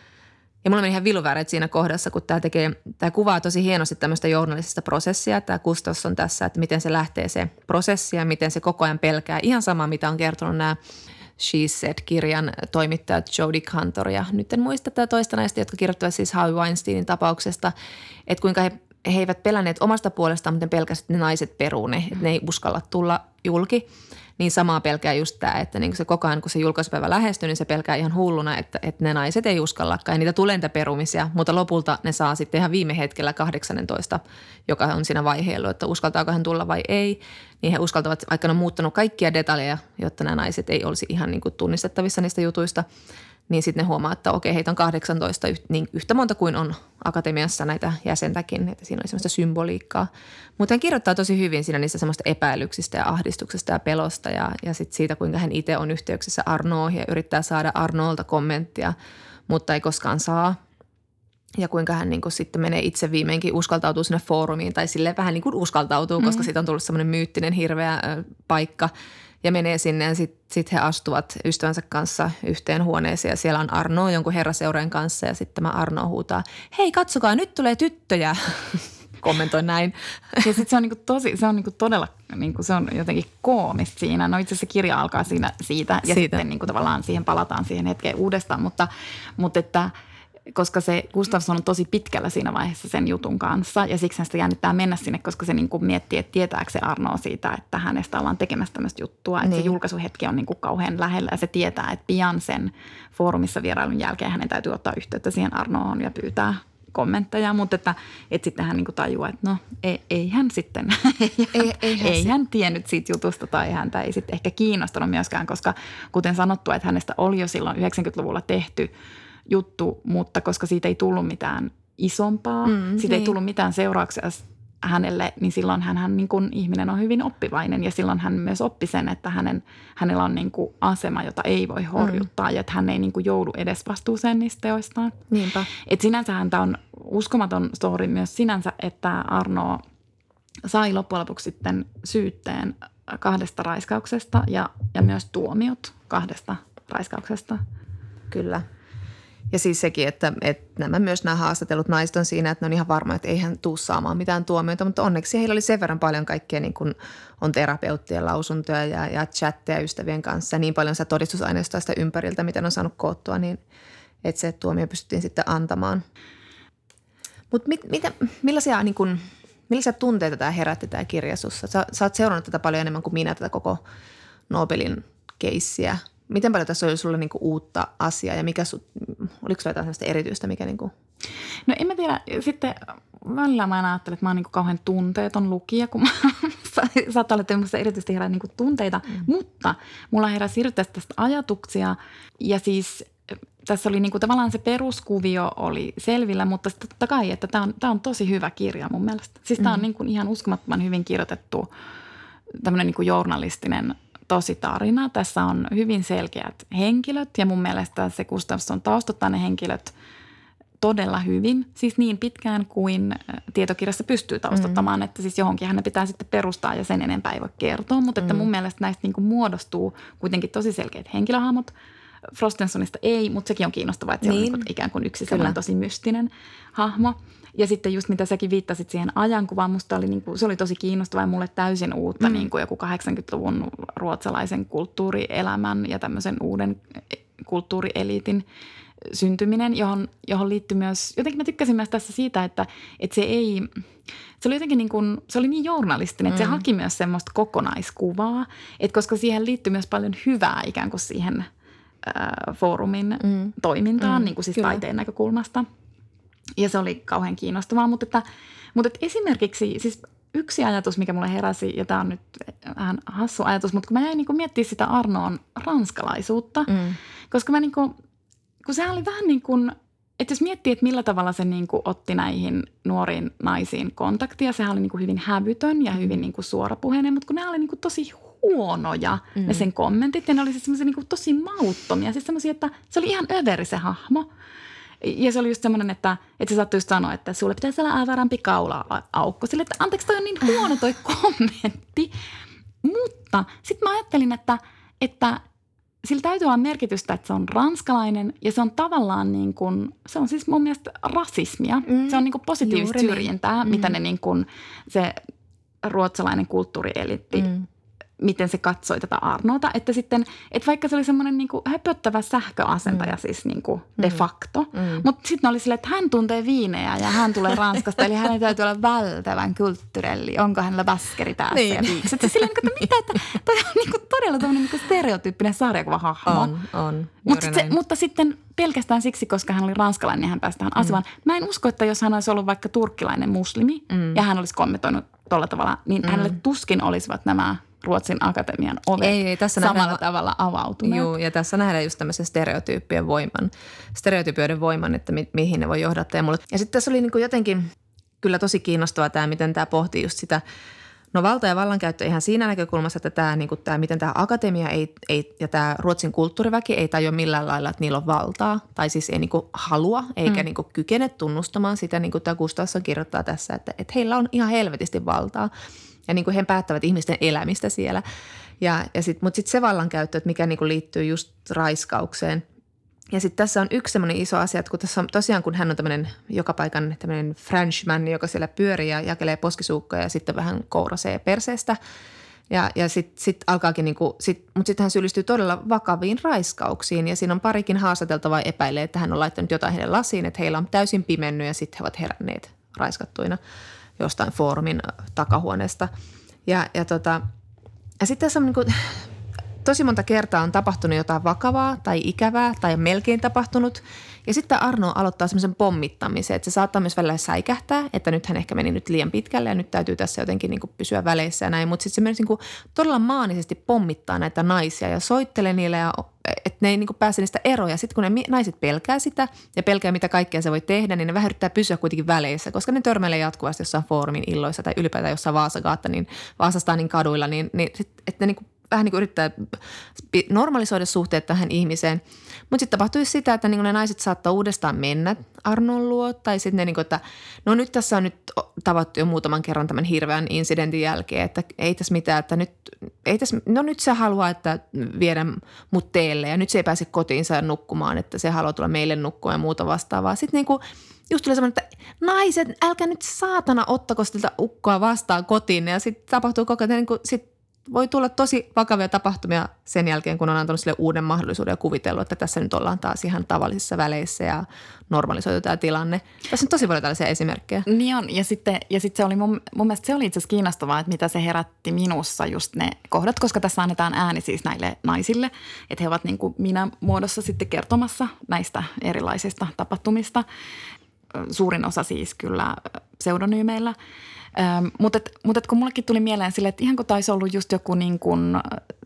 Ja mulla meni ihan viluväreet siinä kohdassa, kun tämä kuvaa tosi hienosti tämmöistä journalistista prosessia, tämä Gustafsson tässä, että miten se lähtee se prosessi ja miten se koko ajan pelkää. Ihan sama, mitä on kertonut nämä She Said-kirjan toimittajat Jodi Kantor ja nyt en muista tätä toista naista, jotka kirjoittavat siis Harvey Weinsteinin tapauksesta, että kuinka he eivät pelänneet omasta puolestaan, mutta ne pelkäsivät, että ne naiset peruu ne, että ne ei uskalla tulla julki. Niin samaa pelkää just tämä, että niin se koko ajan kun se julkaisupäivä lähestyy, niin se pelkää ihan hulluna, että ne naiset ei uskallakaan. Ja niitä tulee niitä perumisia, mutta lopulta ne saa sitten ihan viime hetkellä 18, joka on siinä vaiheella, että uskaltaako hän tulla vai ei. Niin he uskaltavat, vaikka ne on muuttanut kaikkia detaljeja, jotta nämä naiset ei olisi ihan niin kuin tunnistettavissa niistä jutuista. Niin sitten ne huomaa, että okei, heitä on 18 niin yhtä monta kuin on akatemiassa näitä jäsentäkin, että siinä oli semmoista symboliikkaa. Mutta hän kirjoittaa tosi hyvin siinä niistä semmoista epäilyksistä ja ahdistuksesta ja pelosta ja sitten siitä, kuinka hän itse on yhteyksissä Arnoon ja yrittää saada Arnoolta kommenttia, mutta ei koskaan saa. Ja kuinka hän niin kuin sitten menee itse viimeinkin uskaltautuu sinne foorumiin tai silleen vähän niin kuin uskaltautuu, koska siitä on tullut semmoinen myyttinen hirveä paikka. Ja menee sinne ja sitten he astuvat ystävänsä kanssa yhteen huoneeseen ja siellä on Arno jonkun herraseureen kanssa ja sitten tämä Arno huutaa, hei katsokaa nyt tulee tyttöjä, kommentoin näin. Ja sitten se on todella, se on jotenkin koomista siinä. No itse asiassa kirja alkaa siitä ja sitten tavallaan siihen palataan siihen hetkeen uudestaan, mutta että koska se Gustafsson on tosi pitkällä siinä vaiheessa sen jutun kanssa ja siksi hän sitä jännittää mennä sinne, koska se niin kuin miettii, että tietääkö se Arno siitä, että hänestä ollaan tekemässä tämmöistä juttua, että se julkaisuhetki on niin kuin kauhean lähellä ja se tietää, että pian sen foorumissa vierailun jälkeen hänen täytyy ottaa yhteyttä siihen Arnoon ja pyytää kommentteja, mutta että sitten hän niin kuin tajuaa, että no ei hän sitten, ei hän tiennyt siitä jutusta tai häntä ei sitten ehkä kiinnostanut myöskään, koska kuten sanottua, että hänestä oli jo silloin 90-luvulla tehty juttu, mutta koska siitä ei tullut mitään isompaa, siitä ei tullut mitään seurauksia hänelle, niin silloin hän niin kuin ihminen on hyvin oppivainen ja silloin hän myös oppi sen, että hänellä on niin kuin asema, jota ei voi horjuttaa ja että hän ei niin kuin joudu edes vastuuseen niistä teoistaan. Niinpä. Et sinänsähän tämä on uskomaton story myös sinänsä, että Arno sai loppujen lopuksi sitten syytteen 2 raiskauksesta ja myös tuomiot 2 raiskauksesta. Kyllä. Ja siis sekin, että nämä haastatellut naiset on siinä, että ne on ihan varma, että ei hän tuu saamaan mitään tuomioita, mutta onneksi heillä oli sen verran paljon kaikkea, niin kuin on terapeuttien lausuntoja ja chatteja ystävien kanssa. Niin paljon sitä todistusaineistoa sitä ympäriltä, miten on saanut koottua, niin että se tuomio pystyttiin sitten antamaan. Mutta millaisia tunteita tämä herätti tämä kirja sussa? Sä oot seurannut tätä paljon enemmän kuin minä, tätä koko Nobelin keissiä. Miten paljon tässä oli sulle niinku uutta asiaa ja oliko sulla jotain sellaista erityistä, mikä niinku? No en mä tiedä. Sitten välillä mä ajattelen, että mä oon niinku kauhean tunteeton lukija, kun mä saattaa olla, että minusta erityisesti herää niinku tunteita. Mutta mulla heräsi hirveästi tästä ajatuksia ja siis tässä oli niinku tavallaan se peruskuvio oli selvillä, mutta totta kai, että tämä on tosi hyvä kirja mun mielestä. Siis tämä on niinku ihan uskomattoman hyvin kirjoitettu tämmöinen niinku journalistinen tosi tarina. Tässä on hyvin selkeät henkilöt ja mun mielestä se Gustafsson taustottaa ne henkilöt todella hyvin. Siis niin pitkään kuin tietokirjassa pystyy taustattamaan, että siis johonkin hänen pitää sitten perustaa ja sen enempää ei voi kertoa. Mutta että mun mielestä näistä niin kuin muodostuu kuitenkin tosi selkeät henkilöhahmot. Frostensonista ei, mutta sekin on kiinnostavaa, että se on niin kuin ikään kuin yksi sellainen tosi mystinen hahmo. Ja sitten just mitä säkin viittasit siihen ajankuvaan, musta oli niin kuin, se oli tosi kiinnostavaa ja mulle täysin uutta niin kuin joku 80-luvun ruotsalaisen kulttuurielämän ja tämmöisen uuden kulttuurieliitin syntyminen, johon liittyy myös, jotenkin mä tykkäsin myös tässä siitä, että se oli jotenkin niin kuin, se oli niin journalistinen, että se haki myös semmoista kokonaiskuvaa, että koska siihen liittyy myös paljon hyvää ikään kuin siihen foorumin toimintaan, niin kuin siis taiteen näkökulmasta. Ja se oli kauhean kiinnostavaa, mutta esimerkiksi siis yksi ajatus, mikä mulle heräsi, ja tämä on nyt vähän hassu ajatus, mutta kun mä jäin niin miettimään sitä Arnoon ranskalaisuutta, koska mä niin kuin, kun sehän oli vähän niin kuin, että jos miettii, että millä tavalla se niin kuin otti näihin nuoriin naisiin kontaktia, sehän oli niin kuin hyvin hävytön ja hyvin niin kuin suorapuheinen, mutta kun ne oli niin kuin tosi huonoja ne sen kommentit ja ne oli semmoisia niin kuin tosi mauttomia, siis semmoisia, että se oli ihan överi se hahmo. Ja se oli just semmoinen, että se saattoi just sanoa, että sulle pitäisi olla äävärämpi kaula-aukko. Sille, että anteeksi, toi on niin huono toi kommentti. Mutta sitten mä ajattelin, että sillä täytyy olla merkitystä, että se on ranskalainen ja se on tavallaan niin kuin, se on siis mun mielestä rasismia. Se on niin kuin positiivista syrjintää, mitä ne niin kuin se ruotsalainen kulttuurieliitti miten se katsoi tätä Arnoota, että sitten, että vaikka se oli semmoinen niin kuin höpöttävä sähköasentaja siis niin kuin de facto, mutta sitten oli silleen, että hän tuntee viinejä ja hän tulee Ranskasta, eli hänen täytyy olla välttävän kulttuurelli, onko hänellä baskeri tässä ja viikset. Ja silleen, että mitä, että toi on niin kuin todella tämmöinen niin stereotyyppinen sarjakuvahahmo. On. Mutta sitten pelkästään siksi, koska hän oli ranskalainen, niin hän pääsi tähän asemaan. Mä en usko, että jos hän olisi ollut vaikka turkkilainen muslimi ja hän olisi kommentoinut tuolla tavalla, niin hänelle tuskin olisivat nämä Ruotsin akatemian ovet ei, tässä samalla tavalla avautuneet. Joo, ja tässä nähdään just tämmöisen stereotypioiden voiman, että mihin ne voi johdattaa. Ja sitten tässä oli niin kuin jotenkin kyllä tosi kiinnostavaa tämä, miten tämä pohtii just sitä, no valta- ja vallankäyttö ihan siinä näkökulmassa, että tämä, niin kuin tämä miten tämä akatemia ei, ja tämä Ruotsin kulttuuriväki ei tajua millään lailla, että niillä on valtaa. Tai siis ei niin kuin halua eikä niin kuin kykene tunnustamaan sitä, niin kuin tämä Gustafsson kirjoittaa tässä, että heillä on ihan helvetisti valtaa. Ja niin kuin he päättävät ihmisten elämistä siellä. Mutta sitten se vallankäyttö, että mikä niin kuin liittyy just raiskaukseen. Ja sitten tässä on yksi semmoinen iso asia, että kun tässä on, tosiaan kun hän on tämmöinen joka paikan tämmöinen Frenchman, joka siellä pyörii ja jakelee poskisuukkoja ja sitten vähän kourasee perseestä. Ja sitten alkaakin mutta sitten hän syyllistyy todella vakaviin raiskauksiin ja siinä on parikin haastateltavaa epäilee, että hän on laittanut jotain heidän lasiin, että heillä on täysin pimennyt ja sitten he ovat heränneet raiskattuina jostain foorumin takahuoneesta. Ja sitten tässä on niin kuin, tosi monta kertaa on tapahtunut jotain vakavaa tai ikävää tai melkein tapahtunut. Ja sitten Arno aloittaa semmoisen pommittamisen, että se saattaa myös välillä säikähtää, että nyt hän ehkä meni nyt liian pitkälle ja nyt täytyy tässä jotenkin niin kuin pysyä väleissä ja näin. Mutta sitten se myös niin kuin todella maanisesti pommittaa näitä naisia ja soittelee niille ja että ne ei niin kuin pääse niistä eroja. Sitten kun ne naiset pelkää sitä ja pelkää mitä kaikkea se voi tehdä, niin ne vähän yrittää pysyä kuitenkin väleissä, koska ne törmäilee jatkuvasti jossain foorumin illoissa tai ylipäätään jossain Vaasastaanin kaduilla, niin että ne niin kuin vähän niin kuin yrittää normalisoida suhteet tähän ihmiseen. Mutta sitten tapahtui sitä, että niin ne naiset saattaa uudestaan mennä Arnon luo. Tai sitten ne, niin kuin, että no nyt tässä on nyt tavattu jo muutaman kerran tämän hirveän incidentin jälkeen, että ei tässä mitään, että nyt se haluaa, että viedä mut teelle ja nyt se ei pääse kotiinsa nukkumaan, että se haluaa tulla meille nukkumaan ja muuta vastaavaa. Sitten niin kuin just tuli semmoinen, että naiset, älkää nyt saatana ottako sitä ukkoa vastaan kotiin ja sitten tapahtuu koko ajan niin kuin sitten voi tulla tosi vakavia tapahtumia sen jälkeen, kun on antanut sille uuden mahdollisuuden ja kuvitellut, että tässä nyt ollaan taas ihan tavallisissa väleissä ja normalisoitu tämä tilanne. Tässä on tosi paljon tällaisia esimerkkejä. Niin on. Ja sitten se oli mun mielestä se oli itse asiassa kiinnostavaa, että mitä se herätti minussa just ne kohdat, koska tässä annetaan ääni siis näille naisille, että he ovat niin kuin minä muodossa sitten kertomassa näistä erilaisista tapahtumista. Suurin osa siis kyllä pseudonyymeillä. Mutta kun mullekin tuli mieleen sille, että ihan kun taisi ollut just joku niin kuin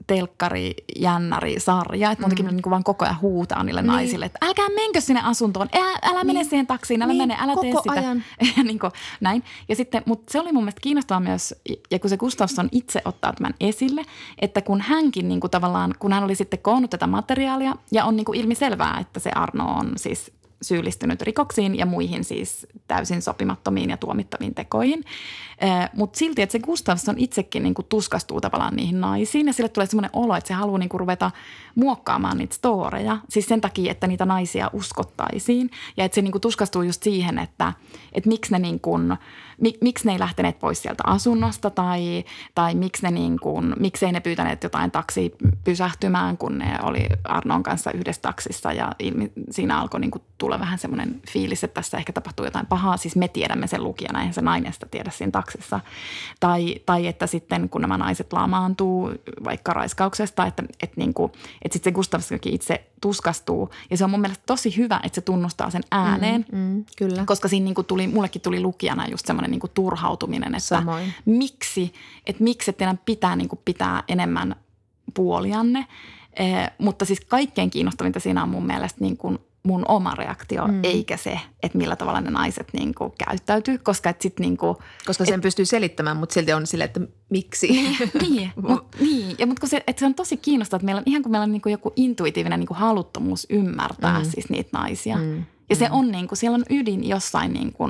telkkari-jännäri-sarja, että muutenkin niin kuin vaan koko ajan huutaa niille naisille, että älkää menkö sinne asuntoon, älä mene siihen taksiin, älä mene, älä tee sitä. Ajan. Niin kuin, näin. Ja sitten, mutta se oli mun mielestä kiinnostavaa myös, ja kun se Gustafsson itse ottaa tämän esille, että kun hänkin niin kuin tavallaan, kun hän oli sitten koonnut tätä materiaalia ja on niin kuin ilmiselvää, että se Arno on siis syyllistynyt rikoksiin ja muihin siis täysin sopimattomiin ja tuomittaviin tekoihin. Mutta silti, että se Gustafsson itsekin niinku tuskastuu tavallaan niihin naisiin ja sille tulee semmoinen olo, että se haluaa niinku ruveta muokkaamaan niitä storeja. Siis sen takia, että niitä naisia uskottaisiin ja että se niinku tuskastuu just siihen, että miksi ne, niinku, miksi ne ei lähteneet pois sieltä asunnosta tai miksei ne pyytäneet jotain taksia pysähtymään, kun ne oli Arnon kanssa yhdessä taksissa ja siinä alkoi niinku tulla vähän semmoinen fiilis, että tässä ehkä tapahtuu jotain pahaa. Siis me tiedämme sen lukijana, eihän se nainen sitä tiedä siinä taksissa. Tai että sitten kun nämä naiset lamaantuu vaikka raiskauksesta, että sitten se Gustafssonkin itse tuskastuu. Ja se on mun mielestä tosi hyvä, että se tunnustaa sen ääneen. Kyllä. Koska siinä mullekin tuli lukijana just semmoinen niinku turhautuminen, että miksi teidän pitää niinku pitää enemmän puolianne. Mutta siis kaikkein kiinnostavinta siinä on mun mielestä niin kuin mun oma reaktio, eikä se, että millä tavalla ne naiset niin kuin käyttäytyy, koska et sit niin kuin, koska sen pystyy selittämään, mutta silti on silleen, että miksi? Mutta se on tosi kiinnostavaa, että meillä on ihan kuin meillä on niin kuin joku intuitiivinen niin kuin haluttomuus ymmärtää siis niitä naisia. Ja se on niin kuin, siellä on ydin jossain niin kuin,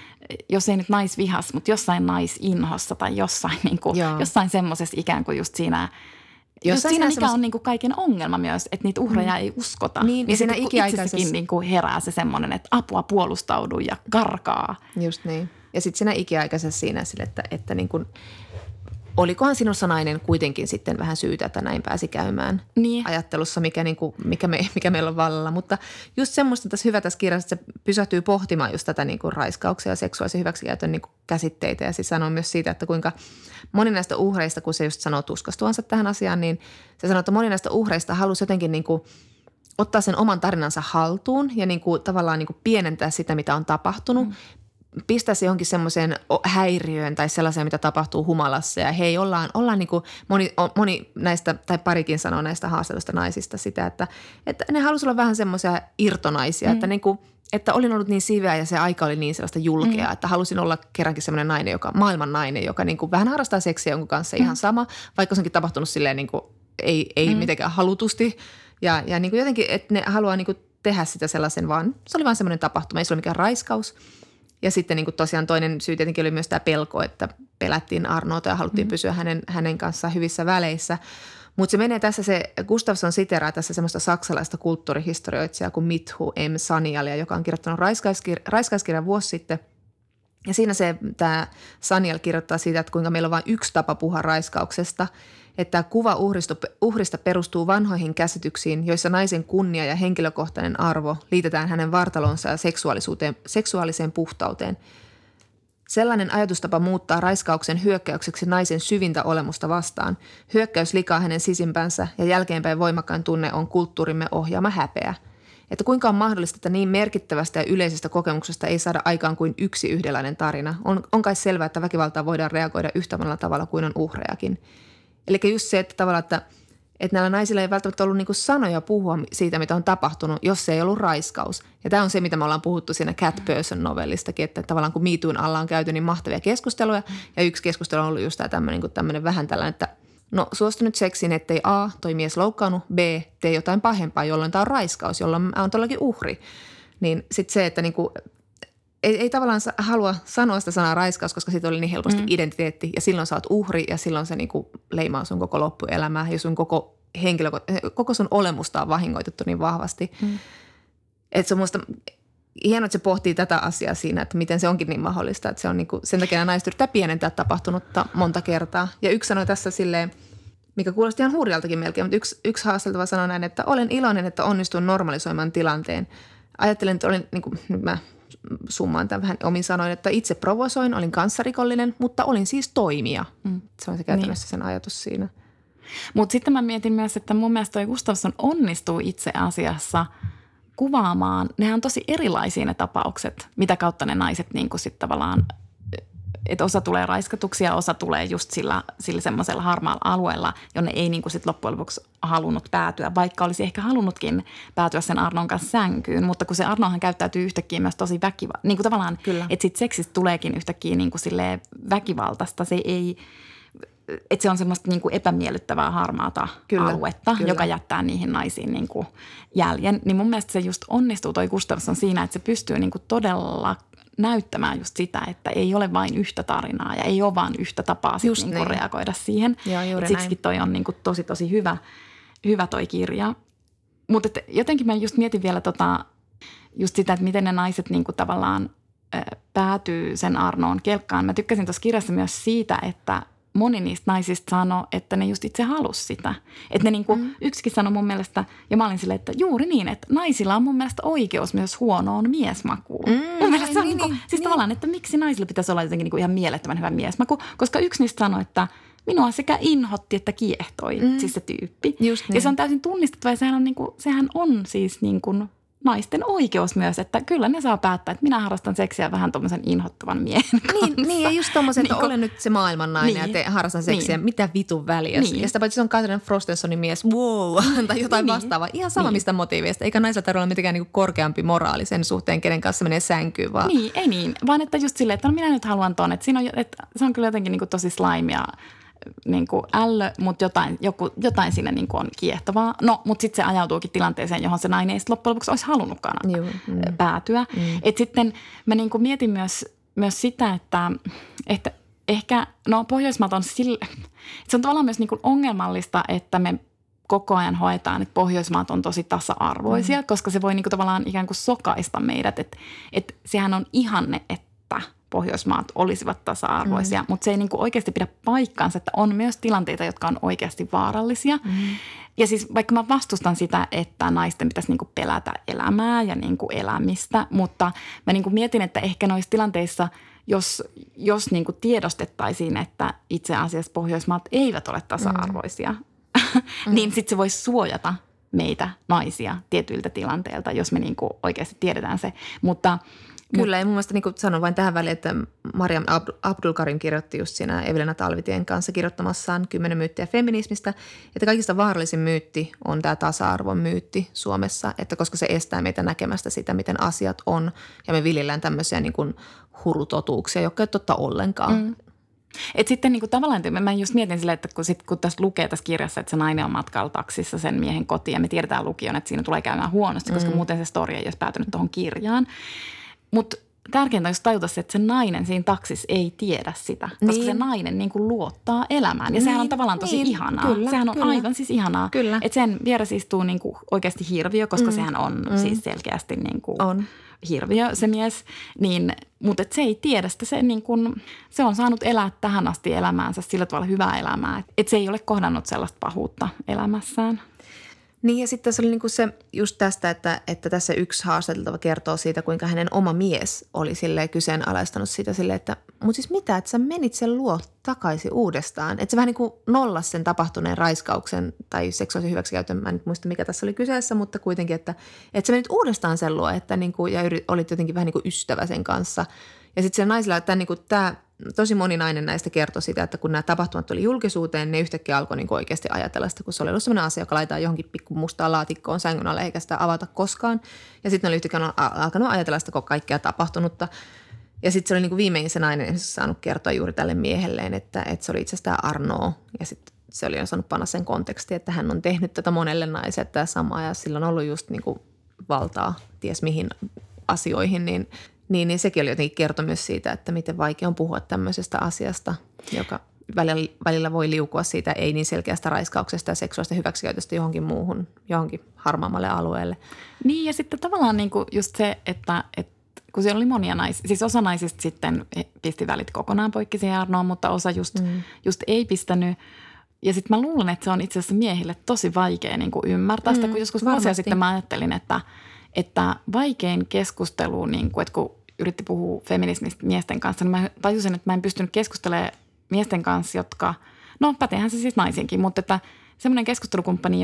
jos ei nyt naisvihas, mutta jossain naisinhossa tai jossain, niin kuin, jossain semmoisessa ikään kuin just siinä – siinä mikä on niinku kaiken ongelma myös, että niitä uhreja ei uskota. Niin siinä itsessäkin niinku herää se semmoinen, että apua puolustaudu ja karkaa. Just niin. Ja sitten siinä ikiaikaisessa siinä sille, että niin kuin, olikohan sinussa nainen kuitenkin sitten vähän syytä, että näin pääsi käymään ajattelussa, mikä meillä on vallalla. Mutta just semmoista tässä hyvä tässä kirjassa, että se pysähtyy pohtimaan just tätä niin kuin raiskauksia ja seksuaalisen hyväksikäytön niin kuin käsitteitä. Ja siis sanoo myös siitä, että kuinka moni näistä uhreista, kun se just sanoo tuskastuansa tähän asiaan, niin se sanoo, että moni näistä uhreista halusi jotenkin niin kuin ottaa sen oman tarinansa haltuun ja niin kuin tavallaan niin kuin pienentää sitä, mitä on tapahtunut. Pistää se johonkin semmoiseen häiriöön tai sellaiseen, mitä tapahtuu humalassa. Ja hei, ollaan niin kuin moni näistä, tai parikin sanoo näistä haastelusta naisista sitä, että ne halusivat olla vähän semmoisia irtonaisia, että niin kuin, että olin ollut niin siveä ja se aika oli niin sellaista julkea, että halusin olla kerrankin semmoinen nainen, maailman nainen, joka niin kuin vähän harrastaa seksiä jonkun kanssa ihan sama, vaikka se onkin tapahtunut silleen niin kuin ei mitenkään halutusti. Ja niin kuin jotenkin, että ne haluaa niin kuin tehdä sitä sellaisen vaan, se oli vaan semmoinen tapahtuma, ei se ole mikään raiskaus. Ja sitten niin kuin tosiaan toinen syy tietenkin oli myös tämä pelko, että pelättiin Arnoota ja haluttiin pysyä hänen kanssaan hyvissä väleissä. Mutta se menee tässä, se Gustafsson siteraa tässä semmoista saksalaista kulttuurihistorioitsijaa kuin Mithu M. Sanialia, joka on kirjoittanut raiskauskirjan vuosi sitten. Ja siinä tämä Sanial kirjoittaa siitä, että kuinka meillä on vain yksi tapa puhua raiskauksesta, että kuva uhrista perustuu vanhoihin käsityksiin, joissa naisen kunnia ja henkilökohtainen arvo liitetään hänen vartalonsa ja seksuaaliseen puhtauteen. Sellainen ajatustapa muuttaa raiskauksen hyökkäykseksi naisen syvintä olemusta vastaan. Hyökkäys likaa hänen sisimpänsä ja jälkeenpäin voimakkain tunne on kulttuurimme ohjaama häpeä. Että kuinka on mahdollista, että niin merkittävästä ja yleisestä kokemuksesta ei saada aikaan kuin yksi yhdenlainen tarina. On kai selvää, että väkivaltaa voidaan reagoida yhtä monella tavalla kuin on uhrejakin. Eli just se, että tavallaan, että näillä naisilla ei välttämättä ollut niinku sanoja puhua siitä, mitä on tapahtunut, jos se ei ollut raiskaus. Ja tämä on se, mitä me ollaan puhuttu siinä Cat Person-novellistakin, että tavallaan kun Me Toon alla on käyty niin mahtavia keskusteluja, ja yksi keskustelu on ollut just tämä tämmöinen vähän tällainen, että no suostu nyt seksiin, ettei A, toi mies loukkaannut, B, tee jotain pahempaa, jolloin tämä on raiskaus, jolloin mä oon todellakin uhri. Niin sitten se, että niinku, ei tavallaan halua sanoa sitä sanaa raiskaus, koska siitä oli niin helposti identiteetti ja silloin sä oot uhri ja silloin se niinku leimaa sun koko loppuelämää ja sun koko sun olemusta on vahingoitettu niin vahvasti. Että se on musta hienoa, että se pohtii tätä asiaa siinä, että miten se onkin niin mahdollista. Että se on niinku, sen takia naiset yrittää pienentää tapahtunutta monta kertaa. Ja yksi sanoi tässä silleen, mikä kuulosti ihan hurjaltakin melkein, mutta yksi haasteltava sanoi näin, että olen iloinen, että onnistun normalisoimaan tilanteen. Ajattelen, että olin, nyt mä summaan tämän vähän omin sanoin, että itse provosoin, olin kanssarikollinen, mutta olin siis toimija. Se on se käytännössä sen ajatus siinä. Mutta sitten mä mietin myös, että mun mielestä toi Gustafsson onnistuu itse asiassa kuvaamaan. Nehän on tosi erilaisia ne tapaukset, mitä kautta ne naiset niin kuin sitten tavallaan, että osa tulee raiskatuksi ja osa tulee just sillä semmoisella harmaalla alueella, jonne ei niin kuin sitten loppujen lopuksi halunnut päätyä, vaikka olisi ehkä halunnutkin päätyä sen Arnon kanssa sänkyyn. Mutta kun se Arnohan käyttäytyy yhtäkkiä myös tosi niin kuin tavallaan, että sitten seksistä tuleekin yhtäkkiä niin kuin silleen väkivaltaista. Se ei, että se on semmoista niin kuin epämiellyttävää harmaata aluetta, joka jättää niihin naisiin niin kuin jäljen. Niin mun mielestä se just onnistuu toi Gustafsson siinä, että se pystyy niin kuin todella näyttämään just sitä, että ei ole vain yhtä tarinaa ja ei ole vain yhtä tapaa sit niin kuin reagoida siihen. Siksikin toi on niin kuin tosi hyvä toi kirja. Mutta jotenkin mä just mietin vielä just sitä, että miten ne naiset niin kuin tavallaan päätyy sen Arnoon kelkkaan. Mä tykkäsin tuossa kirjassa myös siitä, että moni niistä naisista sanoi, että ne just itse halusi sitä. Että ne niinku, yksikin sanoi mun mielestä, ja mä olin silleen, että juuri niin, että naisilla on mun mielestä oikeus myös huonoon miesmakuun. Mun mielestä se on siis tavallaan, että miksi naisilla pitäisi olla jotenkin niinku ihan mielettömän hyvä miesmaku, koska yksi niistä sanoi, että minua sekä inhotti että kiehtoi, siis se tyyppi. Ja se on täysin tunnistettava ja sehän on siis niin kuin naisten oikeus myös, että kyllä ne saa päättää, että minä harrastan seksiä vähän tommosen inhottavan miehen kanssa. Niin ja just tommosen, että olen nyt se maailman nainen ja harrastan seksiä, mitä vitun väliä. Ja sitä paitsi se on Catherine Frostensonin mies, wow, tai jotain vastaavaa. Ihan sama mistä motiiveista, eikä naisella tarvitse olla mitenkään niinku korkeampi moraali sen suhteen, kenen kanssa menee sänkyyn. Vaan. Ei niin, vaan että just silleen, että no minä nyt haluan ton, että, että se on kyllä jotenkin niinku tosi slime ja niin kuin ällö, mutta jotain siinä niin kuin on kiehtovaa. No, mutta sitten se ajautuukin tilanteeseen, johon se nainen ei sitten loppujen lopuksi olisi halunnutkaan päätyä. Että sitten mä niin kuin mietin myös sitä, että ehkä, no Pohjoismaat on se on tavallaan myös niin kuin ongelmallista, että me koko ajan hoetaan, että Pohjoismaat on tosi tasa-arvoisia, koska se voi niin kuin tavallaan ikään kuin sokaista meidät. Että sehän on ihanne, että Pohjoismaat olisivat tasa-arvoisia, mutta se ei niinku oikeasti pidä paikkaansa, että on myös tilanteita, jotka on oikeasti vaarallisia. Ja siis vaikka mä vastustan sitä, että naisten pitäisi niinku pelätä elämää ja niinku elämistä, mutta mä niinku mietin, että ehkä noissa tilanteissa, jos niinku tiedostettaisiin, että itse asiassa Pohjoismaat eivät ole tasa-arvoisia, niin sitten se voisi suojata meitä naisia tietyiltä tilanteilta, jos me niinku oikeasti tiedetään se, mutta kyllä, ja mun mielestä niin sanon vain tähän väliin, että Mariam Abdulkarim kirjoitti just siinä Evelina Talvitien kanssa kirjoittamassaan 10 myyttiä feminismistä, että kaikista vaarallisin myytti on tämä tasa-arvon myytti Suomessa, että koska se estää meitä näkemästä sitä, miten asiat on, ja me viljellään tämmöisiä niin kuin hurutotuuksia, jotka ei totta ollenkaan. Et sitten niin kuin tavallaan, mä just mietin silleen, että kun tässä lukee tässä kirjassa, että se nainen on matkalla taksissa sen miehen kotiin, ja me tiedetään lukijon, että siinä tulee käymään huonosti, koska muuten se story ei olisi päätynyt tuohon kirjaan. Mutta tärkeintä on just tajuta se, että se nainen siinä taksissa ei tiedä sitä, koska se nainen niin kuin luottaa elämään. Ja sehän on tavallaan tosi ihanaa. Sehän on aivan siis ihanaa. Että sen vieressä istuu niin kuin oikeasti hirviö, koska sehän on siis selkeästi niin kuin hirviö se mies. Mutta se ei tiedä sitä. Se on saanut elää tähän asti elämäänsä sillä tavalla hyvää elämää. Että se ei ole kohdannut sellaista pahuutta elämässään. Niin ja sitten se oli niinku se just tästä, että tässä yksi haastateltava kertoo siitä, kuinka hänen oma mies oli silleen kyseenalaistanut sitä silleen, että mutta siis mitä, että sä menit sen luo takaisin uudestaan. Että se vähän niin kuin nollasi sen tapahtuneen raiskauksen tai seksuaalisen hyväksikäytön, mä en nyt muista mikä tässä oli kyseessä, mutta kuitenkin, että sä menit uudestaan sen luo että niinku, ja olit jotenkin vähän niin kuin ystävä sen kanssa. Ja sitten se naisilla, että tämä tosi moni nainen näistä kertoi sitä, että kun nämä tapahtumat tuli julkisuuteen, ne yhtäkkiä alkoi niin oikeasti ajatella sitä, kun se oli ollut sellainen asia, joka laitetaan johonkin pikku mustaan laatikkoon sängyn alle eikä sitä avata koskaan. Ja sitten ne oli yhtäkkiä alkanut ajatella sitä kaikkea tapahtunutta. Ja sitten se oli niin kuin viimein se nainen saanut kertoa juuri tälle miehelleen, että se oli itse asiassa Arnaud. Ja sitten se oli jo saanut panna sen kontekstiin, että hän on tehnyt tätä monelle naiselle tämä sama ja sillä on ollut just niin kuin valtaa ties mihin asioihin, niin sekin oli jotenkin kerto myös siitä, että miten vaikea on puhua tämmöisestä asiasta, joka välillä voi liukua siitä ei niin selkeästä raiskauksesta ja seksuaalista hyväksikäytöstä johonkin muuhun, johonkin harmaammalle alueelle. Niin ja sitten tavallaan niin kuin just se, että kun siellä oli monia naisia, siis osa naisista sitten pisti välit kokonaan poikki siihen Arnaud'n, mutta osa just ei pistänyt. Ja sitten mä luulen, että se on itse asiassa miehille tosi vaikea niin kuin ymmärtää sitä, kun joskus vuosia sitten mä ajattelin, että vaikein keskustelu, niin kuin, että kun yritti puhua feminismistä miesten kanssa, niin mä tajusin, että mä en pystynyt keskustelemaan miesten kanssa, jotka, no pätehän se siis naisiinkin, mutta että semmoinen keskustelukumppani,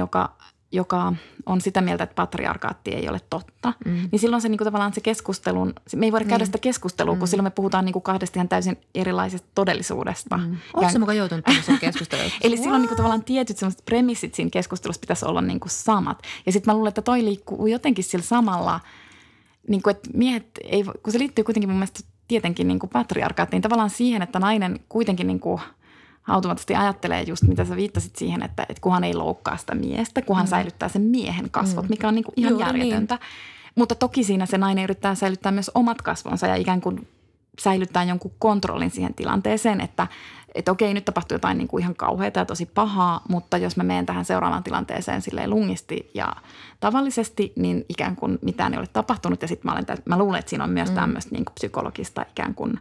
joka on sitä mieltä, että patriarkaatti ei ole totta, niin silloin se niin kuin tavallaan se keskustelun, me ei voida käydä sitä keskustelua, kun silloin me puhutaan niin kuin kahdesta ihan täysin erilaisesta todellisuudesta. Onko se mukaan joutunut tämmöiseen keskusteluun? Eli silloin niin kuin tavallaan tietyt sellaiset premissit siinä keskustelussa pitäisi olla niin kuin samat. Ja sitten mä luulen, että toi liikkuu jotenkin sillä samalla, niin kuin, että miehet ei, kun se liittyy kuitenkin mun mielestä tietenkin niin kuin patriarkaattiin, niin tavallaan siihen, että nainen kuitenkin niin kuin automaattisesti ajattelee just, mitä sä viittasit siihen, että kunhan ei loukkaa sitä miestä, kunhan säilyttää sen miehen kasvot, mikä on niinku ihan järjetöntä. Niin. Mutta toki siinä se nainen yrittää säilyttää myös omat kasvonsa ja ikään kuin säilyttää jonkun kontrollin siihen tilanteeseen, että okei, nyt tapahtuu jotain niinku ihan kauheata ja tosi pahaa, mutta jos mä menen tähän seuraavaan tilanteeseen silleen lungisti ja tavallisesti, niin ikään kuin mitään ei ole tapahtunut. Ja sitten mä luulen, että siinä on myös tämmöistä niinku psykologista ikään kuin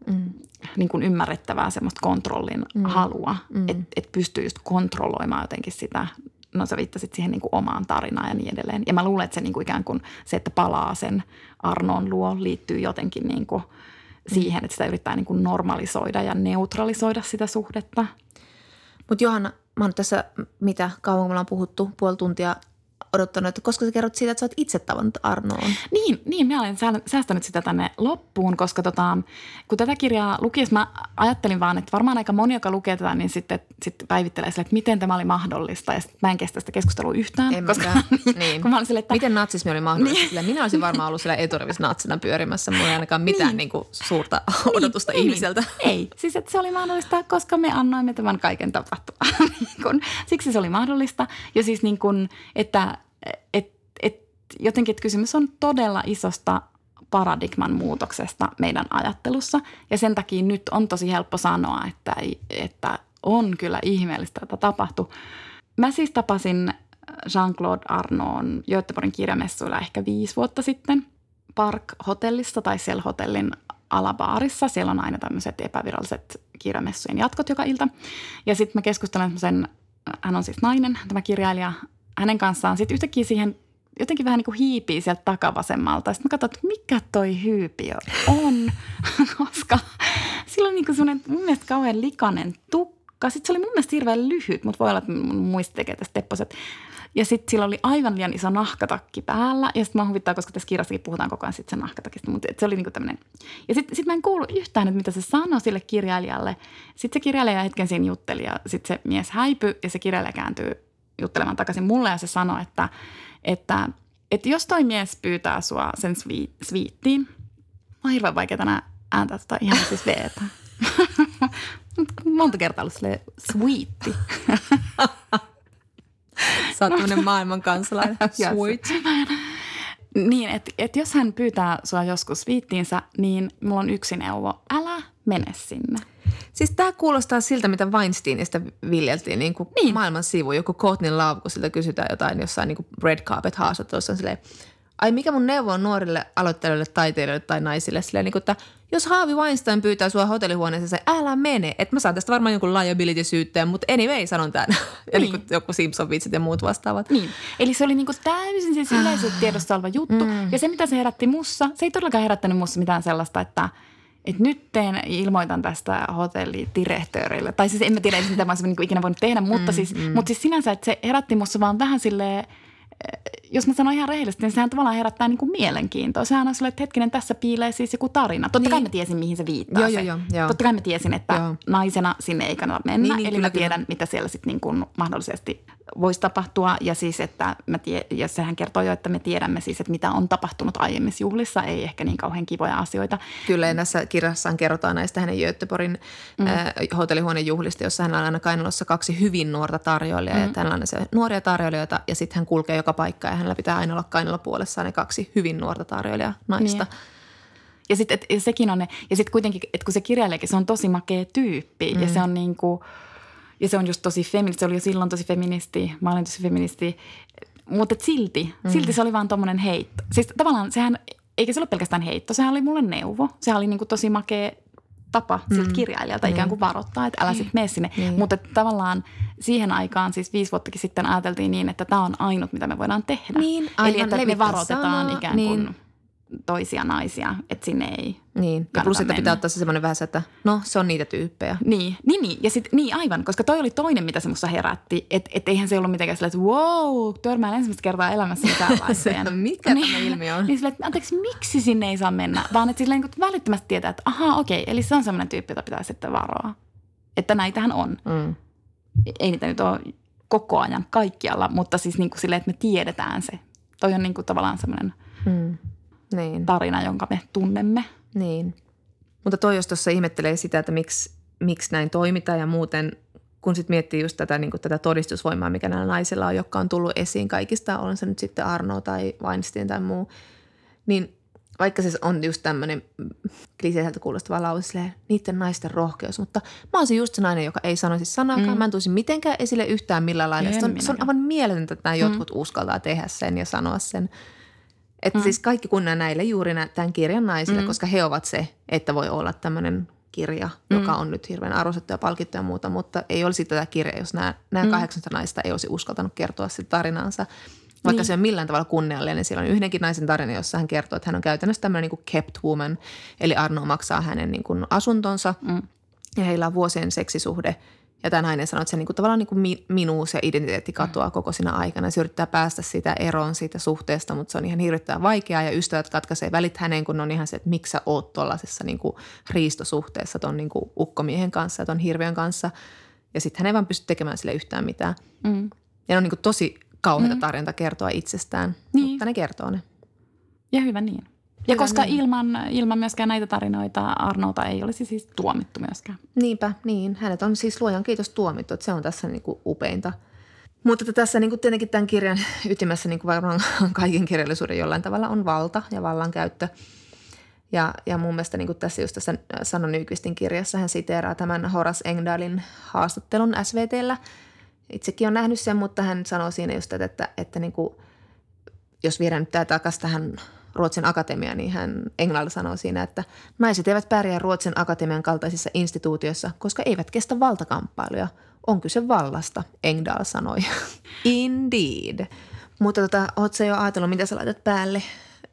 niin kuin ymmärrettävää semmoista kontrollin halua, että pystyy just kontrolloimaan jotenkin sitä, no sä viittasit siihen niin kuin omaan tarinaan ja niin edelleen. Ja mä luulen, että se niin kuin ikään kuin se, että palaa sen Arnaud'n luo, liittyy jotenkin niin kuin siihen, että sitä yrittää niin kuin normalisoida ja neutralisoida sitä suhdetta. Mutta Johanna, mä oon tässä, mitä kauan me ollaan puhuttu, puoli tuntia odottanut, että koska sä kerrot siitä, että sä oot itse tavannut Arnaud'n. Niin, mä olen säästänyt sitä tänne loppuun, koska kun tätä kirjaa lukiessa mä ajattelin vaan, että varmaan aika moni, joka lukee tätä, niin sitten päivittelee sille, että miten tämä oli mahdollista. Ja sitten mä en kestä sitä keskustelua yhtään. Niin. Kun mä olin sille, että miten natsismi oli mahdollista? Niin. Minä olisin varmaan ollut siellä eturivissa natsina pyörimässä. Mulla ei ainakaan mitään niin kuin suurta odotusta ihmiseltä. Ei, siis että se oli mahdollista, koska me annoimme tämän kaiken tapahtua. Siksi se oli mahdollista. Ja siis niin kuin, että jotenkin, että kysymys on todella isosta paradigman muutoksesta meidän ajattelussa. Ja sen takia nyt on tosi helppo sanoa, että on kyllä ihmeellistä, että tapahtui. Mä siis tapasin Jean-Claude Arnaud'n Göteborgin kirjamessuilla ehkä 5 vuotta sitten Park-hotellissa tai siellä hotellin alabaarissa. Siellä on aina tämmöiset epäviralliset kirjamessujen jatkot joka ilta. Ja sitten mä keskustelen hän on siis nainen, tämä kirjailija, hänen kanssaan. Sitten yhtäkkiä siihen jotenkin vähän niin kuin hiipii sieltä takavasemmalta. Sitten mä katsoin, että mikä toi hyypiö on, koska sillä on niin kuin semmoinen mun mielestä kauhean likainen tukka. Sitten se oli mun mielestä hirveän lyhyt, mutta voi olla, että mun muisti tekee tästä tepposet. Ja sitten sillä oli aivan liian iso nahkatakki päällä. Ja sitten mä huvittaa, koska tässä kirjassakin puhutaan koko ajan sitten sen nahkatakista. Mutta se oli niin kuin tämmöinen. Ja sitten mä en kuullut yhtään, että mitä se sanoi sille kirjailijalle. Sitten se kirjailija hetken siinä jutteli ja sitten se mies häipyi ja se kirjailija kääntyy juttelemaan takaisin mulle ja se sanoi, että jos toi mies pyytää sua sen sviittiin, on hirveän vaikea tänään ääntää tota ihan siis veetä. Monta kertaa ollut silleen sweetti. Sä oot tämmönen maailman kansalainen. Sweet. Niin, että jos hän pyytää sua joskus sviittiinsä, niin mulla on yksi neuvo. Älä mene sinne. Siis tämä kuulostaa siltä, mitä Weinsteinista viljeltiin niin kuin maailman sivu. Joku Courtney Love, kun siltä kysytään jotain jossain niin kuin red carpet haastattelussa on silleen, ai mikä mun neuvo on nuorille aloittelijoille, taiteilijoille tai naisille silleen, niin kuin, että jos Harvey Weinstein pyytää sua hotellihuoneeseen, älä mene. Että mä saan tästä varmaan jonkun liability-syytteen, mutta anyway, sanon tämän. Ja niin kuin joku Simpson-vitsit ja muut vastaavat. Niin. Eli se oli niin kuin täysin siis yleisesti tiedossa oleva juttu. Ja se, mitä se herätti mussa, se ei todellakaan herättänyt mussa mitään sellaista, että nyt ilmoitan tästä hotellidirektöörille. Tai siis en mä tiedä, mitä mä olisin niin ikinä voinut tehdä, mutta siis sinänsä, että se herätti musta vaan vähän silleen, jos mä sanon ihan rehellisesti, niin sehän tavallaan herättää niin kuin mielenkiintoa. Sehän on sille, että hetkinen, tässä piilee siis joku tarina. Totta kai mä tiesin, mihin se viittaa. Joo. Totta kai mä tiesin, että naisena sinne ei kannata mennä. Niin, eli mä tiedän, mitä siellä sitten niin kuin mahdollisesti voisi tapahtua. Ja siis, että ja sehän kertoo jo, että me tiedämme siis, että mitä on tapahtunut aiemmissa juhlissa. Ei ehkä niin kauhean kivoja asioita. Kyllä, ja tässä kirjassaan kerrotaan näistä hänen Göteborgin hotellihuonejuhlista, jossa hän on aina kainalossa 2 hyvin nuorta tarjoilijaa. Ja hänellä on se nuoria tarjoilijoita ja sitten hän kulkee joka paikkaan ja hänellä pitää aina olla kainalopuolessaan ne 2 hyvin nuorta tarjoilijaa naista. Niin. Ja sitten sekin on ne, ja sitten kuitenkin, että kun se kirjailijakin, se on tosi makea tyyppi ja se on niinku, ja se on just tosi feministi, se oli jo silloin tosi feministi, mä olin tosi feministi, mutta silti se oli vaan tommonen heitto. Siis tavallaan sehän, eikä se ole pelkästään heitto, sehän oli mulle neuvo, sehän oli niinku tosi makea tapa siltä kirjailijalta ikään kuin varoittaa, että älä sit mene sinne. Mutta tavallaan siihen aikaan, siis 5 vuottakin sitten ajateltiin niin, että tämä on ainut, mitä me voidaan tehdä. Niin, eli että me varoitetaan ikään kuin toisia naisia, että sinne ei ja plus, että pitää ottaa se semmoinen vähän, että no se on niitä tyyppejä. Niin. Ja sitten aivan, koska toi oli toinen, mitä se musta herätti, että eihän se ollut mitenkään silleen, että wow, törmään ensimmäistä kertaa elämässä tällaiseen. Mikä tämä ilmiö on? Niin silleen, että anteeksi, miksi sinne ei saa mennä, vaan että silleen välittömästi tietää, että ahaa, okei, eli se on semmoinen tyyppi, jota pitää sitten varoa. Että näitähän on. Ei niitä nyt ole koko ajan kaikkialla, mutta siis niin kuin silleen, että me tiedetään se. Toi on niin kuin tavallaan semmoinen tarina, jonka me tunnemme. Niin. Mutta toi jos tuossa ihmettelee sitä, että miksi näin toimitaan ja muuten, kun sitten miettii just tätä, niin kuin tätä todistusvoimaa, mikä näillä naisilla on, jotka on tullut esiin kaikista, on se nyt sitten Arno tai Weinstein tai muu, niin vaikka se on just tämmöinen kliseiseltä kuulostava lause, niiden naisten rohkeus, mutta mä oon just se nainen, joka ei sanoisi sanaakaan. Mä en tuisi mitenkään esille yhtään millään lailla. Se on aivan mieletöntä, että nämä jotkut uskaltaa tehdä sen ja sanoa sen. Että siis kaikki kunnia näille juuri tämän kirjan naisille, koska he ovat se, että voi olla tämmöinen kirja, joka on nyt hirveän arvostettu ja palkittu ja muuta, mutta ei olisi tätä kirjaa, jos nämä 8 naista ei olisi uskaltanut kertoa sitä tarinaansa. Vaikka se on millään tavalla kunniallinen. Siellä on yhdenkin naisen tarina, jossa hän kertoo, että hän on käytännössä tämmöinen niin kuin kept woman. Eli Arno maksaa hänen niin kuin asuntonsa ja heillä on vuosien seksisuhde. Ja tämä nainen sanoo, että se niin kuin tavallaan niin kuin minuus ja identiteetti katoaa koko siinä aikana. Se yrittää päästä sitä eroon siitä suhteesta, mutta se on ihan hirvittävän vaikeaa. Ja ystävät katkaisee välit häneen, kun on ihan se, että miksi sä oot tuollaisessa niin kuin riistosuhteessa ton niin kuin ukkomiehen kanssa ja ton hirviön kanssa. Ja sitten hän ei vaan pysty tekemään sille yhtään mitään. Ja ne on niin kuin tosi kauheita tarjonta kertoa itsestään, mutta ne kertoo ne. Ja hyvä niin. Ja koska ilman myöskään näitä tarinoita Arnolta ei olisi siis tuomittu myöskään. Niinpä, niin. Hänet on siis luojan kiitos tuomittu, että se on tässä niinku upeinta. Mutta tässä niinku tietenkin tämän kirjan ytimessä niinku varmaan kaiken kirjallisuuden jollain tavalla on valta ja vallankäyttö. Ja mun mielestä niinku tässä just tässä Sanna Nykvistin kirjassa hän siteeraa tämän Horace Engdahlin haastattelun SVT:llä. Itsekin on nähnyt sen, mutta hän sanoo siinä just, että niinku, jos viedään nyt tämä takaisin tähän Ruotsin akatemiaan, niin hän Engdahl sanoo siinä, että naiset eivät pärjää Ruotsin akatemian kaltaisissa instituutioissa, koska eivät kestä valtakamppailuja. On kyse vallasta, Engdahl sanoi. Indeed. Mutta ootko sä jo ajatellut, mitä sä laitat päälle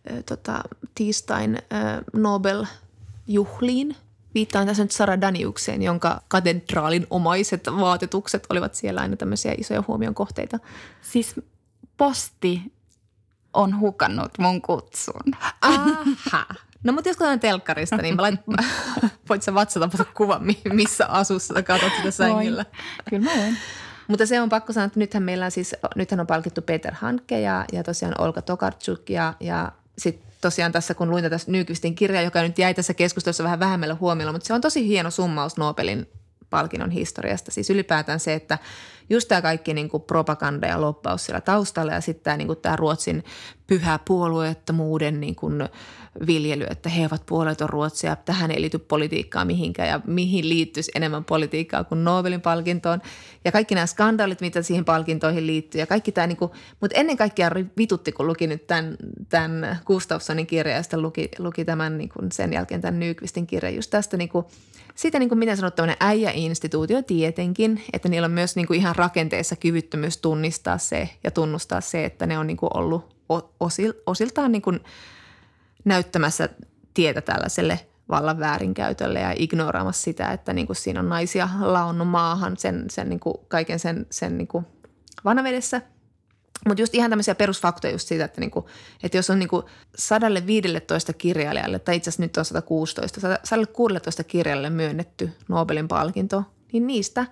tiistain Nobel-juhliin? Viittaan tässä nyt Sara Daniukseen, jonka katedraalin omaiset vaatetukset olivat siellä aina tämmöisiä isoja huomion kohteita. Siis posti on hukannut mun kutsun. Aha. No mutta jos katsotaan telkkarista, niin voit sä vatsata kuvan, missä asussa sä katsot sitä sängyllä. Kyllä mä voin. Mutta se on pakko sanoa, että nythän on palkittu Peter Handke ja tosiaan Olga Tokarczuk ja sitten tosiaan tässä, kun luin tätä Nykvistin kirjaa, joka nyt jäi tässä keskustelussa vähän vähemmälle huomiolla, mutta se on tosi hieno summaus Nobelin palkinnon historiasta. Siis ylipäätään se, että just tämä kaikki niin kuin propaganda ja lobbaus siellä taustalla ja sitten tämä Ruotsin pyhä puolueettomuuden niin kuin viljely, että he ovat puolueeton Ruotsia, tähän ei liity politiikkaa mihinkään ja mihin liittyisi enemmän politiikkaa kuin Nobelin palkintoon. Ja kaikki nämä skandaalit, mitä siihen palkintoihin liittyy ja kaikki tämä, niin kuin, mutta ennen kaikkea vitutti, kun luki nyt tämän Gustafssonin kirjan ja sitten luki tämän niin kuin sen jälkeen tämän Nykvistin kirjan just tästä niin kuin, siitä niin kuin miten sanot tämmöinen äijäinstituutio tietenkin, että niillä on myös niin kuin ihan rakenteessa kyvyttömyys tunnistaa se ja tunnustaa se, että ne on niin kuin ollut osiltaan niin kuin näyttämässä tietä tällaiselle vallan väärinkäytölle ja ignoraamassa sitä, että niin kuin siinä on naisia laonnut maahan sen niin kuin kaiken sen niin kuin vanavedessä. Mutta just ihan tämmöisiä perusfaktoja just siitä, että jos on 115 kirjailijalle, tai itse asiassa nyt on 116, 116 kirjailijalle myönnetty Nobelin palkinto, niin niistä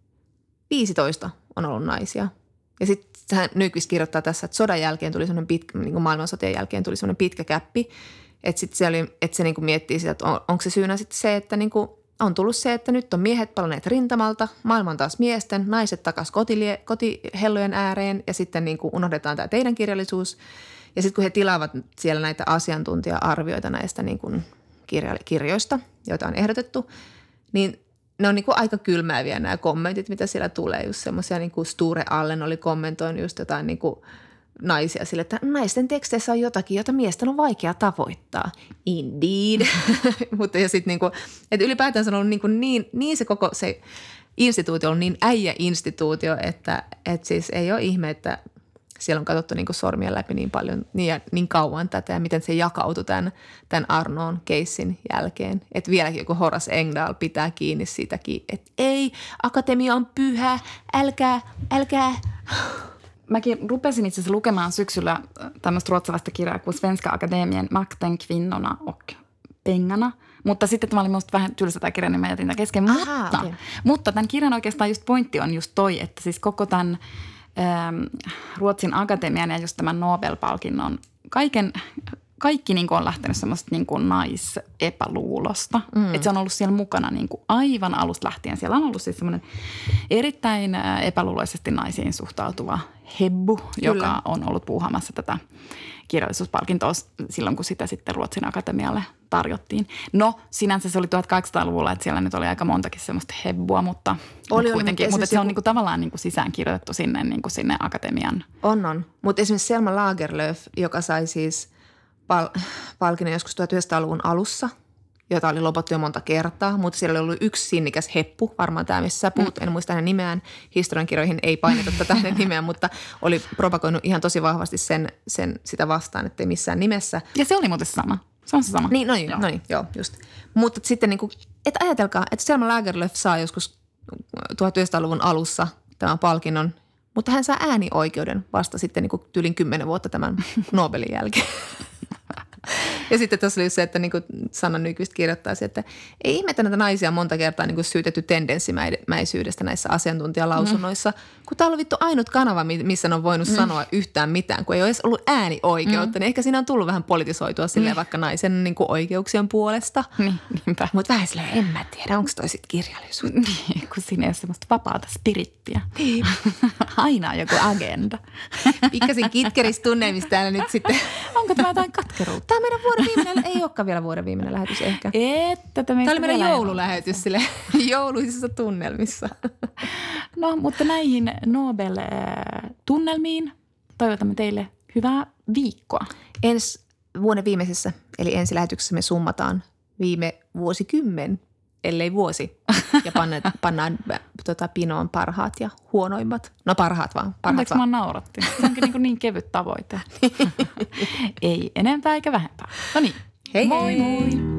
15 on ollut naisia. Ja sitten Nyqvist kirjoittaa tässä, että sodan jälkeen tuli semmoinen pitkä, maailmansotien jälkeen tuli semmoinen pitkä käppi, että se miettii sitä, että onko se syynä sitten se, että on tullut se, että nyt on miehet palanneet rintamalta, maailma on taas miesten, naiset takaisin kotihellojen ääreen ja sitten unohdetaan tämä teidän kirjallisuus. Ja sitten kun he tilaavat siellä näitä asiantuntija-arvioita näistä kirjoista, joita on ehdotettu, niin ne on aika kylmääviä nämä kommentit, mitä siellä tulee. Just semmoisia Sture Allen oli kommentoinut just jotain naisia sille, että naisten teksteissä on jotakin, jota miesten on vaikea tavoittaa. Indeed. Mutta ja sitten että ylipäätään se on ollut niin se koko se instituutio on niin äijä-instituutio, että siis ei ole ihme, että siellä on katsottu sormien läpi niin paljon niin kauan tätä ja miten se jakautui tämän Arnon keissin jälkeen. Että vieläkin joku Horace Engdahl pitää kiinni siitäkin, että ei, akatemia on pyhä, älkää. Mäkin rupesin itse asiassa lukemaan syksyllä tämmöistä ruotsalaista kirjaa kuin Svenska Akademien Makten, kvinnorna och pengarna. Mutta sitten tämä oli minusta vähän tylsä tämä kirja, niin mä jätin tämän kesken. Mutta tämän kirjan oikeastaan just pointti on just toi, että siis koko tämän Ruotsin akatemian ja just tämän Nobel-palkinnon kaikki on lähtenyt semmoista naisepäluulosta. Että se on ollut siellä mukana aivan alusta lähtien. Siellä on ollut siis semmoinen erittäin epäluuloisesti naisiin suhtautuva Hebbu, joka on ollut puuhaamassa tätä kirjallisuuspalkintoa silloin, kun sitä sitten Ruotsin akatemialle tarjottiin. No, sinänsä se oli 1800-luvulla, että siellä nyt oli aika montakin semmoista Hebbua, mutta kuitenkin. Mutta se on tavallaan sisään kirjoitettu sinne akatemian. On. Mutta esimerkiksi Selma Lagerlöf, joka sai siis palkinnon joskus 1900-luvun alussa, jota oli lopattu jo monta kertaa, mutta siellä oli ollut yksi sinnikäs heppu, varmaan tämä, missä sä puhut, en muista hänen nimeään, historiankirjoihin ei paineta tätä hänen nimeään, mutta oli propagoinut ihan tosi vahvasti sitä vastaan, ettei missään nimessä. Ja se oli muuten sama. Se on se sama. Niin, joo, just. Mutta sitten että ajatelkaa, että Selma Lagerlöf saa joskus 1900-luvun alussa tämän palkinnon, mutta hän saa äänioikeuden vasta sitten tyylin 10 vuotta tämän Nobelin jälkeen. Ja sitten tuossa oli se, että Sanna Nyqvist kirjoittaisi, että ei ihmetä näitä naisia monta kertaa syytetty tendenssimäisyydestä näissä asiantuntijalausunnoissa, kun tämä on vittu ainut kanava, missä ne on voinut sanoa yhtään mitään, kun ei ole edes ollut äänioikeutta, niin ehkä siinä on tullut vähän politisoitua silleen vaikka naisen oikeuksien puolesta. Niinpä. Mutta vähän silleen, en mä tiedä, onko toi sitten kirjallisuutta. Niin, kun siinä ei ole semmoista vapaata spirittiä. Aina on joku agenda. Pikkasin kitkeristunneimista täällä nyt sitten. Onko tämä jotain katkeruutta? Tämä on meidän vuoden viimeinen, ei olekaan vielä vuoden viimeinen lähetys ehkä. Tämä oli meidän joululähetys sille jouluisissa tunnelmissa. No, mutta näihin Nobel-tunnelmiin toivotamme teille hyvää viikkoa. Ensi vuoden viimeisessä, eli ensi lähetyksessä me summataan viime vuosikymmen, ellei vuosi. Ja pannaan pinoon parhaat ja huonoimmat. No parhaat vaan. Anteeksi, mä nauratti. Se onkin niin kevyt tavoite. Ei enempää eikä vähempää. No niin. Hei moi.